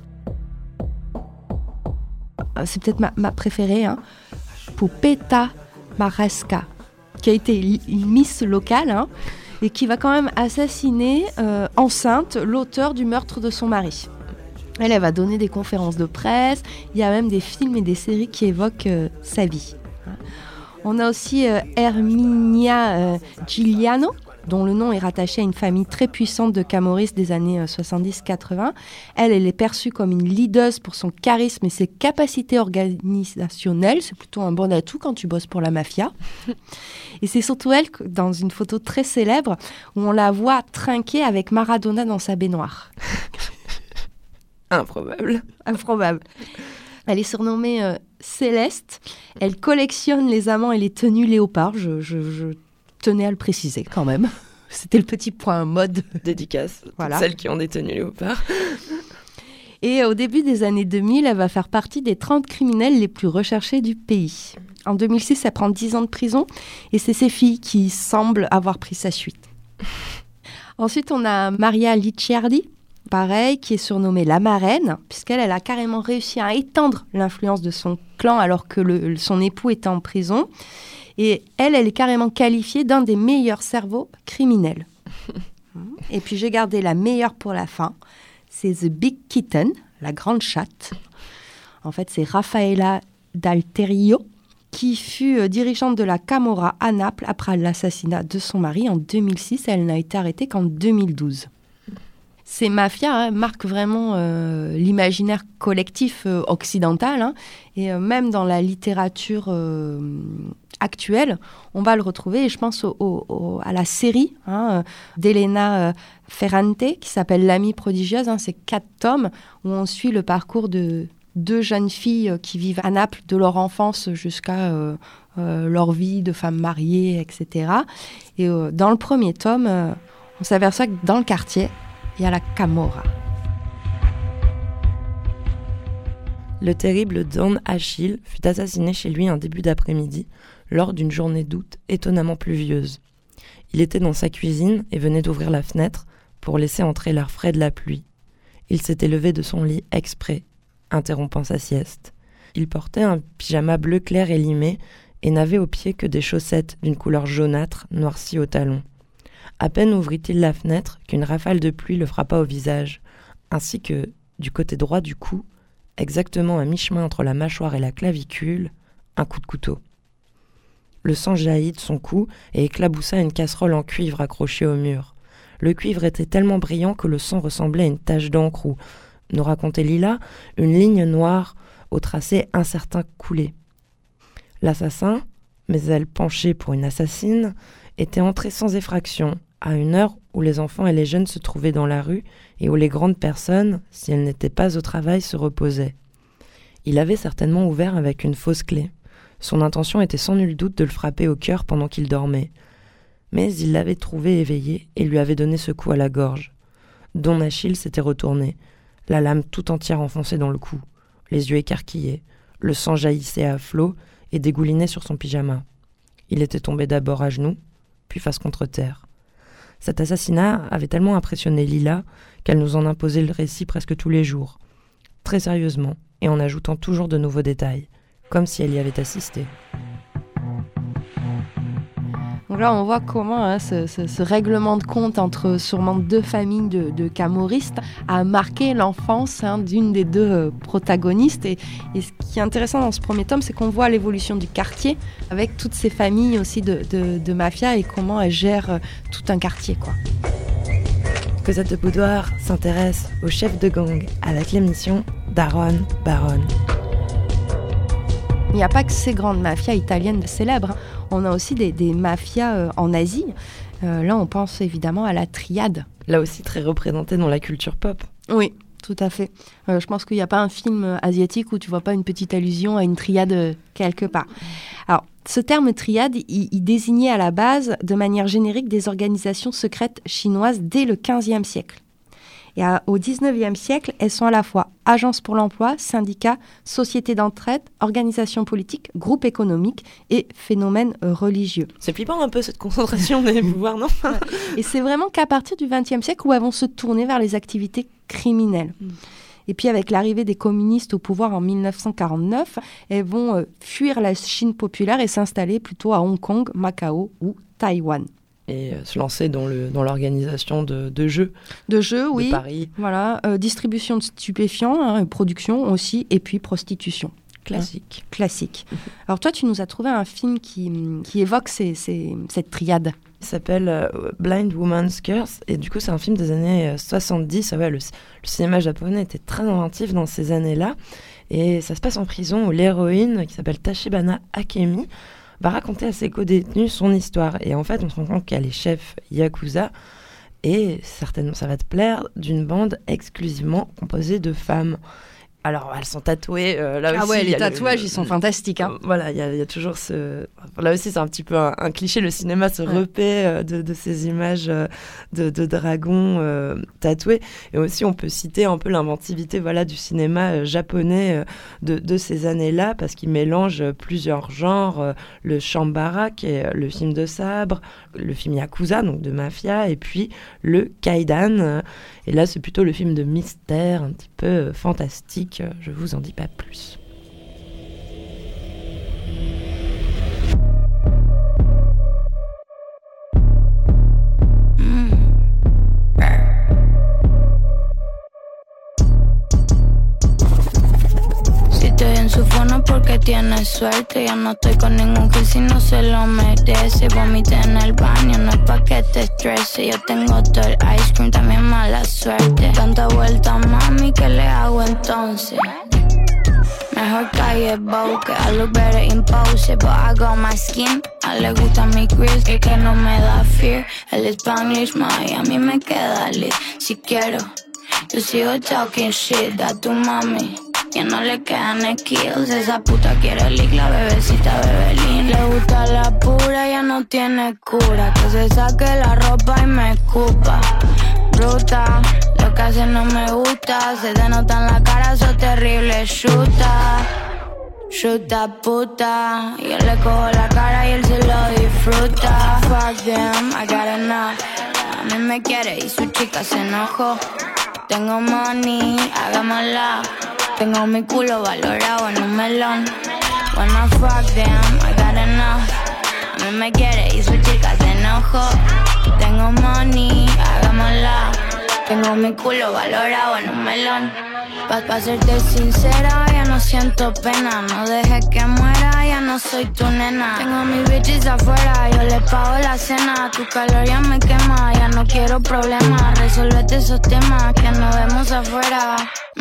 C'est peut-être ma préférée, Pupeta Maresca, qui a été une Miss locale, et qui va quand même assassiner enceinte l'auteur du meurtre de son mari. Elle va donner des conférences de presse, il y a même des films et des séries qui évoquent sa vie. On a aussi Herminia Giuliano, dont le nom est rattaché à une famille très puissante de camoristes des années 70-80. Elle est perçue comme une leaduse pour son charisme et ses capacités organisationnelles. C'est plutôt un bon atout quand tu bosses pour la mafia. Et c'est surtout elle, dans une photo très célèbre, où on la voit trinquer avec Maradona dans sa baignoire. Improbable. Improbable. Elle est surnommée Céleste. Elle collectionne les amants et les tenues léopards. Je tenais à le préciser quand même. C'était le petit point mode. Dédicace. Voilà. Celles qui ont des tenues léopards. Et au début des années 2000, elle va faire partie des 30 criminels les plus recherchés du pays. En 2006, elle prend 10 ans de prison et c'est ses filles qui semblent avoir pris sa suite. Ensuite, on a Maria Licciardi, pareil, qui est surnommée la marraine, puisqu'elle a carrément réussi à étendre l'influence de son clan alors que son époux était en prison. Et elle est carrément qualifiée d'un des meilleurs cerveaux criminels. Et puis j'ai gardé la meilleure pour la fin. C'est The Big Kitten, la grande chatte. En fait, c'est Raffaella D'Alterio, qui fut dirigeante de la Camorra à Naples après l'assassinat de son mari en 2006. Elle n'a été arrêtée qu'en 2012. Ces mafias marquent vraiment l'imaginaire collectif occidental. Et même dans la littérature actuelle, on va le retrouver. Et je pense à la série d'Elena Ferrante qui s'appelle L'amie prodigieuse. C'est 4 tomes où on suit le parcours de 2 jeunes filles qui vivent à Naples de leur enfance jusqu'à leur vie de femmes mariées, etc. Et dans le premier tome, on s'aperçoit que dans le quartier, il y a la Camorra. Le terrible Don Achille fut assassiné chez lui un début d'après-midi lors d'une journée d'août étonnamment pluvieuse. Il était dans sa cuisine et venait d'ouvrir la fenêtre pour laisser entrer l'air frais de la pluie. Il s'était levé de son lit exprès, interrompant sa sieste. Il portait un pyjama bleu clair et limé et n'avait aux pieds que des chaussettes d'une couleur jaunâtre noircies au talon. À peine ouvrit-il la fenêtre qu'une rafale de pluie le frappa au visage, ainsi que, du côté droit du cou, exactement à mi-chemin entre la mâchoire et la clavicule, un coup de couteau. Le sang jaillit de son cou et éclaboussa une casserole en cuivre accrochée au mur. Le cuivre était tellement brillant que le sang ressemblait à une tache d'encre ou, nous racontait Lila, une ligne noire au tracé incertain coulé. L'assassin, mais elle penchée pour une assassine, était entré sans effraction, à une heure où les enfants et les jeunes se trouvaient dans la rue et où les grandes personnes, si elles n'étaient pas au travail, se reposaient. Il avait certainement ouvert avec une fausse clé. Son intention était sans nul doute de le frapper au cœur pendant qu'il dormait. Mais il l'avait trouvé éveillé et lui avait donné ce coup à la gorge. Don Achille s'était retourné, la lame tout entière enfoncée dans le cou, les yeux écarquillés, le sang jaillissait à flots et dégoulinait sur son pyjama. Il était tombé d'abord à genoux, puis face contre terre. Cet assassinat avait tellement impressionné Lila qu'elle nous en imposait le récit presque tous les jours, très sérieusement et en ajoutant toujours de nouveaux détails, comme si elle y avait assisté. Donc là, on voit comment ce règlement de compte entre sûrement 2 familles de camorristes a marqué l'enfance d'une des 2 protagonistes. Et ce qui est intéressant dans ce premier tome, c'est qu'on voit l'évolution du quartier avec toutes ces familles aussi de mafia et comment elles gèrent tout un quartier, quoi. Cosette de Boudoir s'intéresse aux chefs de gang avec l'émission Daron Baron. Il n'y a pas que ces grandes mafias italiennes célèbres. On a aussi des mafias en Asie. Là, on pense évidemment à la triade. Là aussi très représentée dans la culture pop. Oui, tout à fait. Je pense qu'il n'y a pas un film asiatique où tu vois pas une petite allusion à une triade quelque part. Alors, ce terme triade, il désignait à la base, de manière générique, des organisations secrètes chinoises dès le XVe siècle. Et au XIXe siècle, elles sont à la fois agences pour l'emploi, syndicats, sociétés d'entraide, organisations politiques, groupes économiques et phénomènes religieux. C'est flippant un peu cette concentration des pouvoirs, non ? Et c'est vraiment qu'à partir du XXe siècle où elles vont se tourner vers les activités criminelles. Et puis avec l'arrivée des communistes au pouvoir en 1949, elles vont fuir la Chine populaire et s'installer plutôt à Hong Kong, Macao ou Taïwan. Et se lancer dans l'organisation de jeux. De jeux, oui. De paris. Voilà, distribution de stupéfiants, production aussi, et puis prostitution. Classique. Classique. Alors toi, tu nous as trouvé un film qui évoque cette triade. Il s'appelle Blind Woman's Curse, et du coup c'est un film des années 70. Ouais, le cinéma japonais était très inventif dans ces années-là, et ça se passe en prison où l'héroïne, qui s'appelle Tachibana Akemi, va raconter à ses co-détenus son histoire. Et en fait, on se rend compte qu'elle est chef Yakuza, et certainement ça va te plaire, d'une bande exclusivement composée de femmes. Alors, elles sont tatouées. Là aussi, ouais, les tatouages, ils sont fantastiques. Voilà, il y a toujours ce... Là aussi, c'est un petit peu un cliché. Le cinéma se repaît de ces images de dragons tatoués. Et aussi, on peut citer un peu l'inventivité du cinéma japonais de ces années-là, parce qu'il mélange plusieurs genres. Le Shambara, qui est le film de sabre, le film Yakuza, donc de mafia, et puis le Kaidan. Et là, c'est plutôt le film de mystère, un petit peu fantastique. Je vous en dis pas plus. que tiene suerte. Ya no estoy con ningún que si no se lo merece. Vomité en el baño, no es pa' que te estrese. Yo tengo todo el ice cream, también mala suerte. Tanta vuelta, mami, ¿qué le hago entonces? Mejor calle bow, que I look better impose it. But I got my skin, a le gusta mi gris, el que no me da fear. El Spanglish, a mí me queda lit. Si quiero, yo sigo talking shit, da tu mami. Ya no le quedan skills, esa puta quiere lick, la bebecita Bebelín. Le gusta la pura, ya no tiene cura. Que se saque la ropa y me escupa. Bruta, lo que hace no me gusta. Se te nota en la cara, sos terrible. Chuta puta. Yo le cojo la cara y él se lo disfruta. Fuck them, I got enough. A mí me quiere y su chica se enojó. Tengo money, hagámosla. Tengo mi culo valorado en un melón. Wanna fuck them, I got enough. A mí me quiere y su chica se enojó. Tengo money, hagámosla. Tengo mi culo valorado en un melón. Pa' serte sincera, ya no siento pena. No dejes que muera, ya no soy tu nena. Tengo mis bitches afuera, yo les pago la cena. Tu calor ya me quema, ya no quiero problemas. Resolvete esos temas que nos vemos afuera.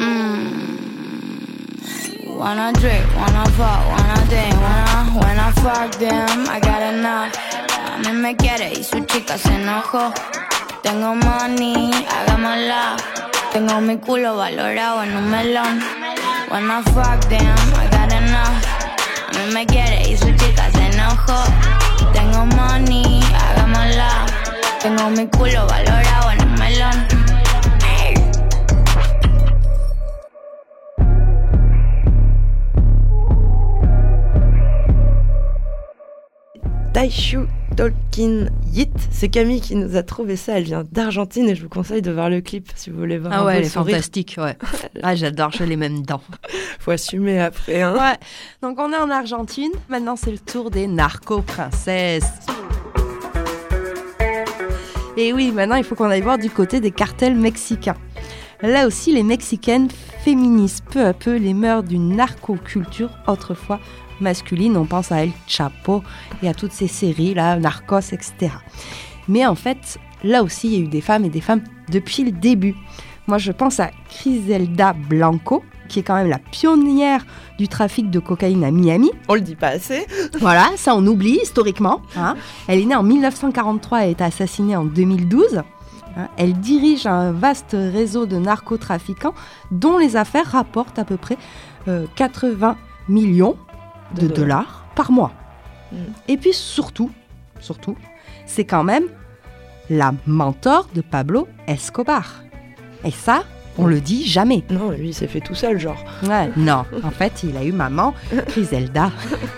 Wanna drink, wanna fuck, wanna dance, wanna fuck them, I got enough. A mí me quiere y su chica se enojó. Tengo money, hagámosla. Tengo mi culo valorado en un melón. Wanna fuck them, I got enough. A mí me quiere y su chica se enojó. Tengo money, hagámosla. Tengo mi culo valorado en un melón. Taishu Tolkien Yit, c'est Camille qui nous a trouvé ça, elle vient d'Argentine et je vous conseille de voir le clip si vous voulez voir un peu elle est sourire. fantastique, ouais. Ah, j'adore, j'ai les mêmes dents. Faut assumer après, hein. Ouais, donc on est en Argentine, maintenant c'est le tour des narco-princesses. Et oui, maintenant il faut qu'on aille voir du côté des cartels mexicains. Là aussi, les Mexicaines féminisent peu à peu les mœurs d'une narco-culture autrefois masculine. On pense à El Chapo et à toutes ces séries, là, Narcos, etc. Mais en fait, là aussi, il y a eu des femmes et des femmes depuis le début. Moi, je pense à Griselda Blanco, qui est quand même la pionnière du trafic de cocaïne à Miami. On le dit pas assez. Voilà, ça on oublie historiquement. Hein. Elle est née en 1943 et a été assassinée en 2012. Elle dirige un vaste réseau de narcotrafiquants dont les affaires rapportent à peu près 80 millions de dollars par mois. Et puis surtout, c'est quand même la mentor de Pablo Escobar. Et ça, on le dit jamais. Non, lui, il s'est fait tout seul, genre. Ouais, non, en fait, il a eu maman, Griselda.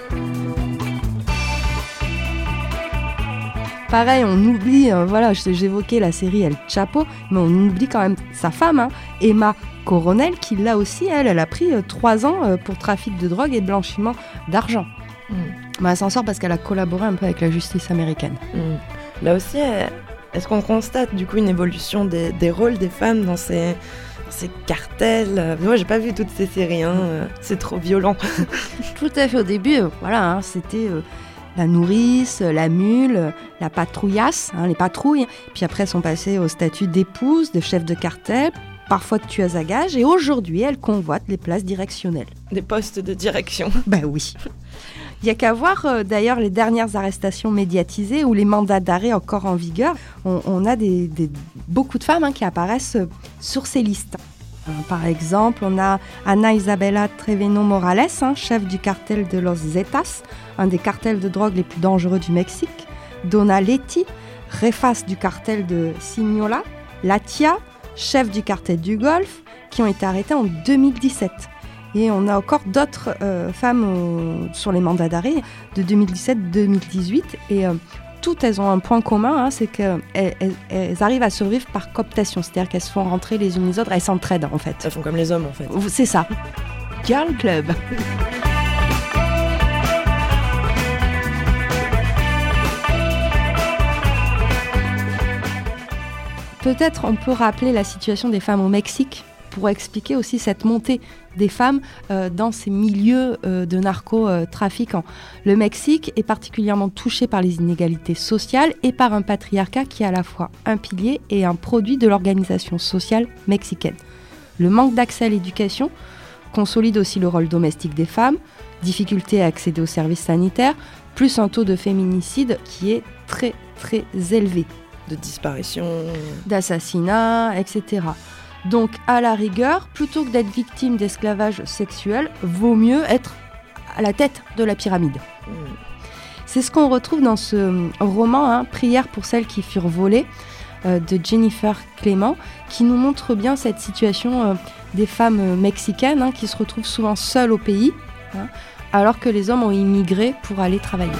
Pareil, on oublie, j'évoquais la série El Chapo, mais on oublie quand même sa femme, Emma Coronel, qui là aussi, elle a pris 3 ans pour trafic de drogue et blanchiment d'argent. Mais elle s'en sort parce qu'elle a collaboré un peu avec la justice américaine. Là aussi, est-ce qu'on constate du coup une évolution des rôles des femmes dans ces cartels? Moi, j'ai pas vu toutes ces séries, c'est trop violent. Tout à fait, au début, c'était... la nourrice, la mule, la patrouillasse, les patrouilles. Puis après, elles sont passées au statut d'épouse, de chef de cartel, parfois de tueuse à gages. Et aujourd'hui, elles convoitent les places directionnelles. Des postes de direction. Ben oui. Il n'y a qu'à voir d'ailleurs les dernières arrestations médiatisées ou les mandats d'arrêt encore en vigueur. On a beaucoup de femmes qui apparaissent sur ces listes. Par exemple, on a Ana Isabela Trevino Morales, chef du cartel de Los Zetas, un des cartels de drogue les plus dangereux du Mexique. Donna Leti, Refas du cartel de Sinaloa. Latia, chef du cartel du Golfe, qui ont été arrêtés en 2017. Et on a encore d'autres femmes sur les mandats d'arrêt de 2017-2018. Et toutes, elles ont un point commun, c'est qu'elles arrivent à survivre par cooptation. C'est-à-dire qu'elles se font rentrer les unes les autres, elles s'entraident en fait. Elles font comme les hommes en fait. C'est ça. Girl Club. Peut-être on peut rappeler la situation des femmes au Mexique. pour expliquer aussi cette montée des femmes dans ces milieux de narcotrafiquants. Le Mexique est particulièrement touché par les inégalités sociales et par un patriarcat qui est à la fois un pilier et un produit de l'organisation sociale mexicaine. Le manque d'accès à l'éducation consolide aussi le rôle domestique des femmes, difficulté à accéder aux services sanitaires, plus un taux de féminicide qui est très très élevé. De disparition. D'assassinats, etc. Donc, à la rigueur, plutôt que d'être victime d'esclavage sexuel, vaut mieux être à la tête de la pyramide. C'est ce qu'on retrouve dans ce roman, Prière pour celles qui furent volées, de Jennifer Clément, qui nous montre bien cette situation des femmes mexicaines qui se retrouvent souvent seules au pays, alors que les hommes ont immigré pour aller travailler.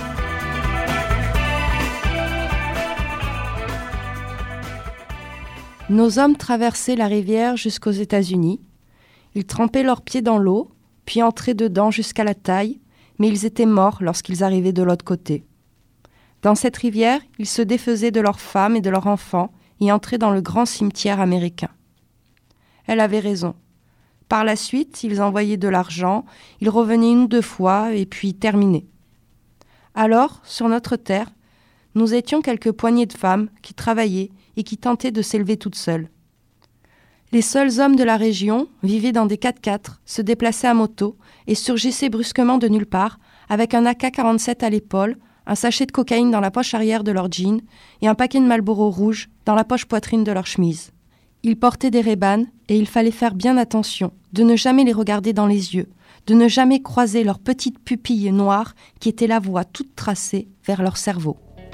Nos hommes traversaient la rivière jusqu'aux États-Unis. Ils trempaient leurs pieds dans l'eau, puis entraient dedans jusqu'à la taille, mais ils étaient morts lorsqu'ils arrivaient de l'autre côté. Dans cette rivière, ils se défaisaient de leurs femmes et de leurs enfants et entraient dans le grand cimetière américain. Elle avait raison. Par la suite, ils envoyaient de l'argent, ils revenaient 1 ou 2 fois et puis terminaient. Alors, sur notre terre, nous étions quelques poignées de femmes qui travaillaient et qui tentaient de s'élever toutes seules. Les seuls hommes de la région vivaient dans des 4x4, se déplaçaient à moto et surgissaient brusquement de nulle part, avec un AK-47 à l'épaule, un sachet de cocaïne dans la poche arrière de leur jean et un paquet de Marlboro rouge dans la poche poitrine de leur chemise. Ils portaient des Ray-Ban et il fallait faire bien attention de ne jamais les regarder dans les yeux, de ne jamais croiser leurs petites pupilles noires qui étaient la voie toute tracée vers leur cerveau.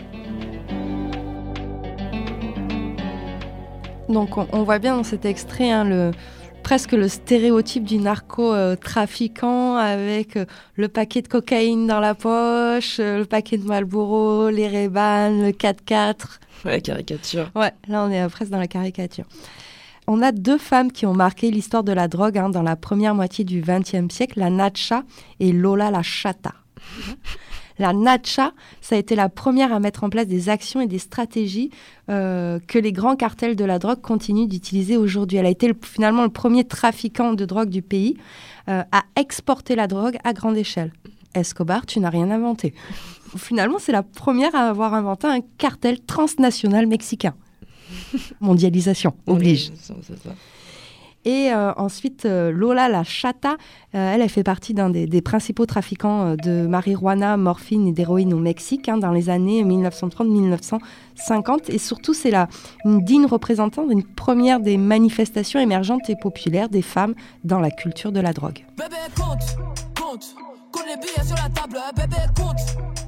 Donc on voit bien dans cet extrait presque le stéréotype du narcotrafiquant avec le paquet de cocaïne dans la poche, le paquet de Marlboro, les Ray-Ban, le 4x4. Ouais, caricature. Ouais, là on est presque dans la caricature. On a 2 femmes qui ont marqué l'histoire de la drogue dans la première moitié du XXe siècle, la Nacha et Lola la Chata. La Nacha, ça a été la première à mettre en place des actions et des stratégies que les grands cartels de la drogue continuent d'utiliser aujourd'hui. Elle a été finalement le premier trafiquant de drogue du pays à exporter la drogue à grande échelle. Escobar, tu n'as rien inventé. Finalement, c'est la première à avoir inventé un cartel transnational mexicain. Mondialisation oblige. Oui, c'est ça. Et ensuite, Lola la Chata, elle fait partie d'un des principaux trafiquants de marijuana, morphine et d'héroïne au Mexique dans les années 1930-1950. Et surtout, c'est une digne représentante d'une première des manifestations émergentes et populaires des femmes dans la culture de la drogue. Bébé, compte les billets sur la table, bébé, compte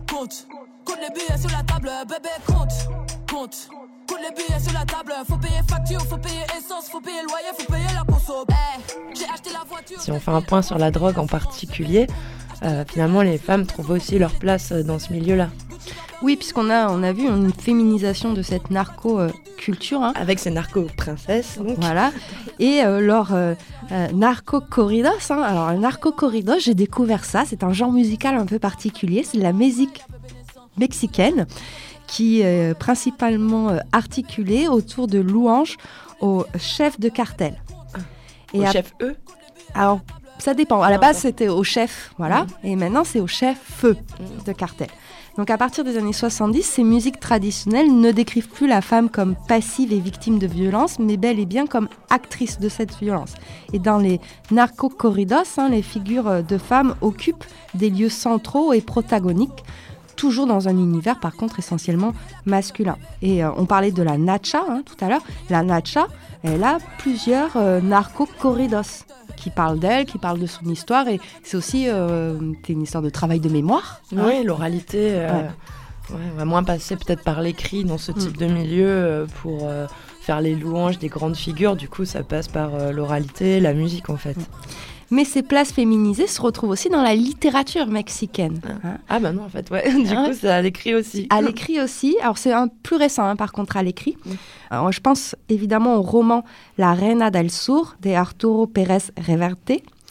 les billets sur la table, bébé, compte les billets sur la table, faut payer facture, faut payer essence, faut payer loyer, faut payer la conso. J'ai acheté la voiture. Si on fait un point sur la drogue en particulier, finalement les femmes trouvent aussi leur place dans ce milieu-là. Oui, puisqu'on a vu une féminisation de cette narco-culture. Avec ces narco-princesses. Donc. Voilà. Et leur narco-corridos. Alors, le narco-corridos, j'ai découvert ça. C'est un genre musical un peu particulier. C'est de la musique mexicaine qui est principalement articulée autour de louanges aux chefs de cartel. Et aux chefs eux ? Alors, ça dépend. À la base, c'était aux chefs, voilà. Et maintenant, c'est aux chefs feu de cartel. Donc à partir des années 70, ces musiques traditionnelles ne décrivent plus la femme comme passive et victime de violence, mais bel et bien comme actrice de cette violence. Et dans les narco-corridos, les figures de femmes occupent des lieux centraux et protagoniques, toujours dans un univers par contre essentiellement masculin. Et on parlait de la Nacha tout à l'heure. La Nacha, elle a plusieurs narco-corridos qui parlent d'elle, qui parlent de son histoire, et c'est aussi une histoire de travail de mémoire. Oui, l'oralité, on va moins passer peut-être par l'écrit dans ce type de milieu pour faire les louanges des grandes figures, du coup ça passe par l'oralité, la musique en fait. Mais ces places féminisées se retrouvent aussi dans la littérature mexicaine. Ah bah non, en fait, ouais. Du coup, c'est à l'écrit aussi. À l'écrit aussi. Alors, c'est un plus récent, par contre, à l'écrit. Alors, je pense évidemment au roman La Reina del Sur de Arturo Pérez Reverte.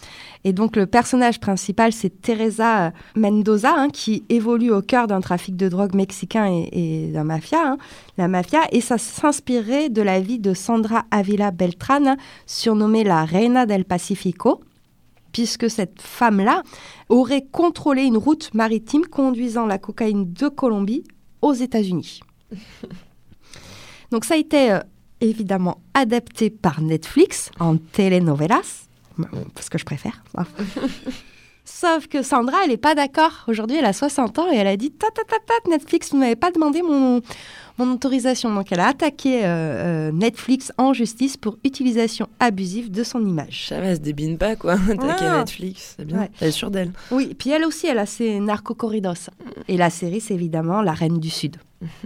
Et donc le personnage principal, c'est Teresa Mendoza, qui évolue au cœur d'un trafic de drogue mexicain et d'un mafia, la mafia. Et ça s'inspirait de la vie de Sandra Ávila Beltrán, surnommée la Reina del Pacífico, puisque cette femme-là aurait contrôlé une route maritime conduisant la cocaïne de Colombie aux États-Unis. Donc ça a été évidemment adapté par Netflix en telenovelas, parce que je préfère. Sauf que Sandra, elle n'est pas d'accord. Aujourd'hui, elle a 60 ans et elle a dit Netflix, vous m'avez pas demandé mon autorisation. Donc elle a attaqué Netflix en justice pour utilisation abusive de son image. Chavez, elle se débine pas, quoi. Attaquer Netflix, c'est bien. Ouais. Elle est sûre d'elle. Oui, puis elle aussi, elle a ses narcocorridos. Et la série, c'est évidemment La Reine du Sud.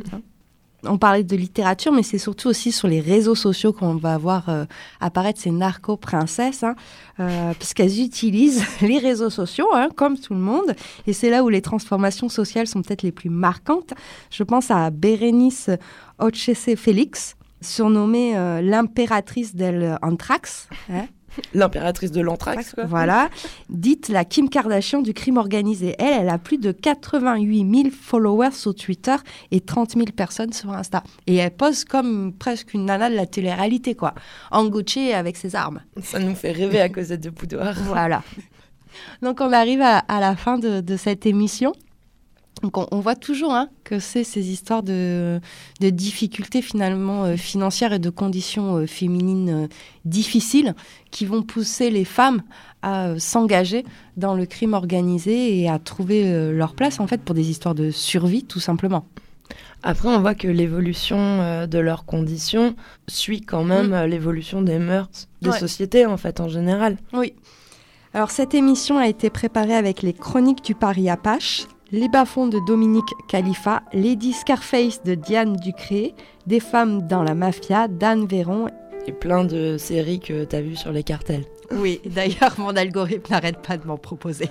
On parlait de littérature, mais c'est surtout aussi sur les réseaux sociaux qu'on va voir apparaître ces narco-princesses, puisqu'elles utilisent les réseaux sociaux, comme tout le monde. Et c'est là où les transformations sociales sont peut-être les plus marquantes. Je pense à Bérénice Ochese Félix, surnommée l'impératrice del Anthrax. L'impératrice de l'anthrax, quoi. Voilà, dite la Kim Kardashian du crime organisé. Elle a plus de 88 000 followers sur Twitter et 30 000 personnes sur Insta. Et elle pose comme presque une nana de la télé-réalité, quoi, en Gucci avec ses armes. Ça nous fait rêver à Cosette de Boudoir. Voilà. Donc on arrive à la fin de cette émission. Donc on voit toujours que c'est ces histoires de difficultés finalement financières et de conditions féminines difficiles qui vont pousser les femmes à s'engager dans le crime organisé et à trouver leur place en fait pour des histoires de survie tout simplement. Après, on voit que l'évolution de leurs conditions suit quand même l'évolution des mœurs des sociétés en fait en général. Oui. Alors cette émission a été préparée avec les Chroniques du Paris Apache, Les bas-fonds de Dominique Khalifa, Lady Scarface de Diane Ducré, Des femmes dans la mafia d'Anne Véron. Et plein de séries que tu as vues sur les cartels. Oui, d'ailleurs, mon algorithme n'arrête pas de m'en proposer.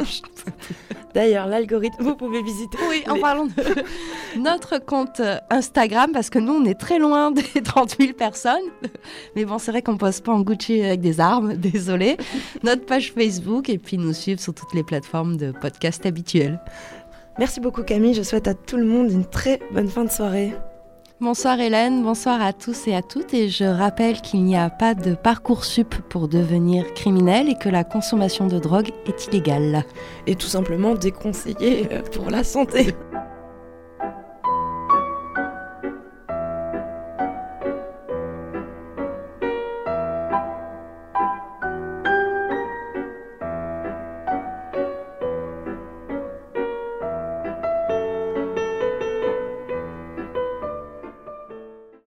D'ailleurs, l'algorithme, vous pouvez visiter. Oui, en parlant de notre compte Instagram, parce que nous, on est très loin des 30 000 personnes. Mais bon, c'est vrai qu'on ne poste pas en Gucci avec des armes, désolé. Notre page Facebook, et puis nous suivre sur toutes les plateformes de podcast habituelles. Merci beaucoup Camille, je souhaite à tout le monde une très bonne fin de soirée. Bonsoir Hélène, bonsoir à tous et à toutes. Et je rappelle qu'il n'y a pas de Parcoursup pour devenir criminel et que la consommation de drogue est illégale. Et tout simplement déconseillée pour la santé.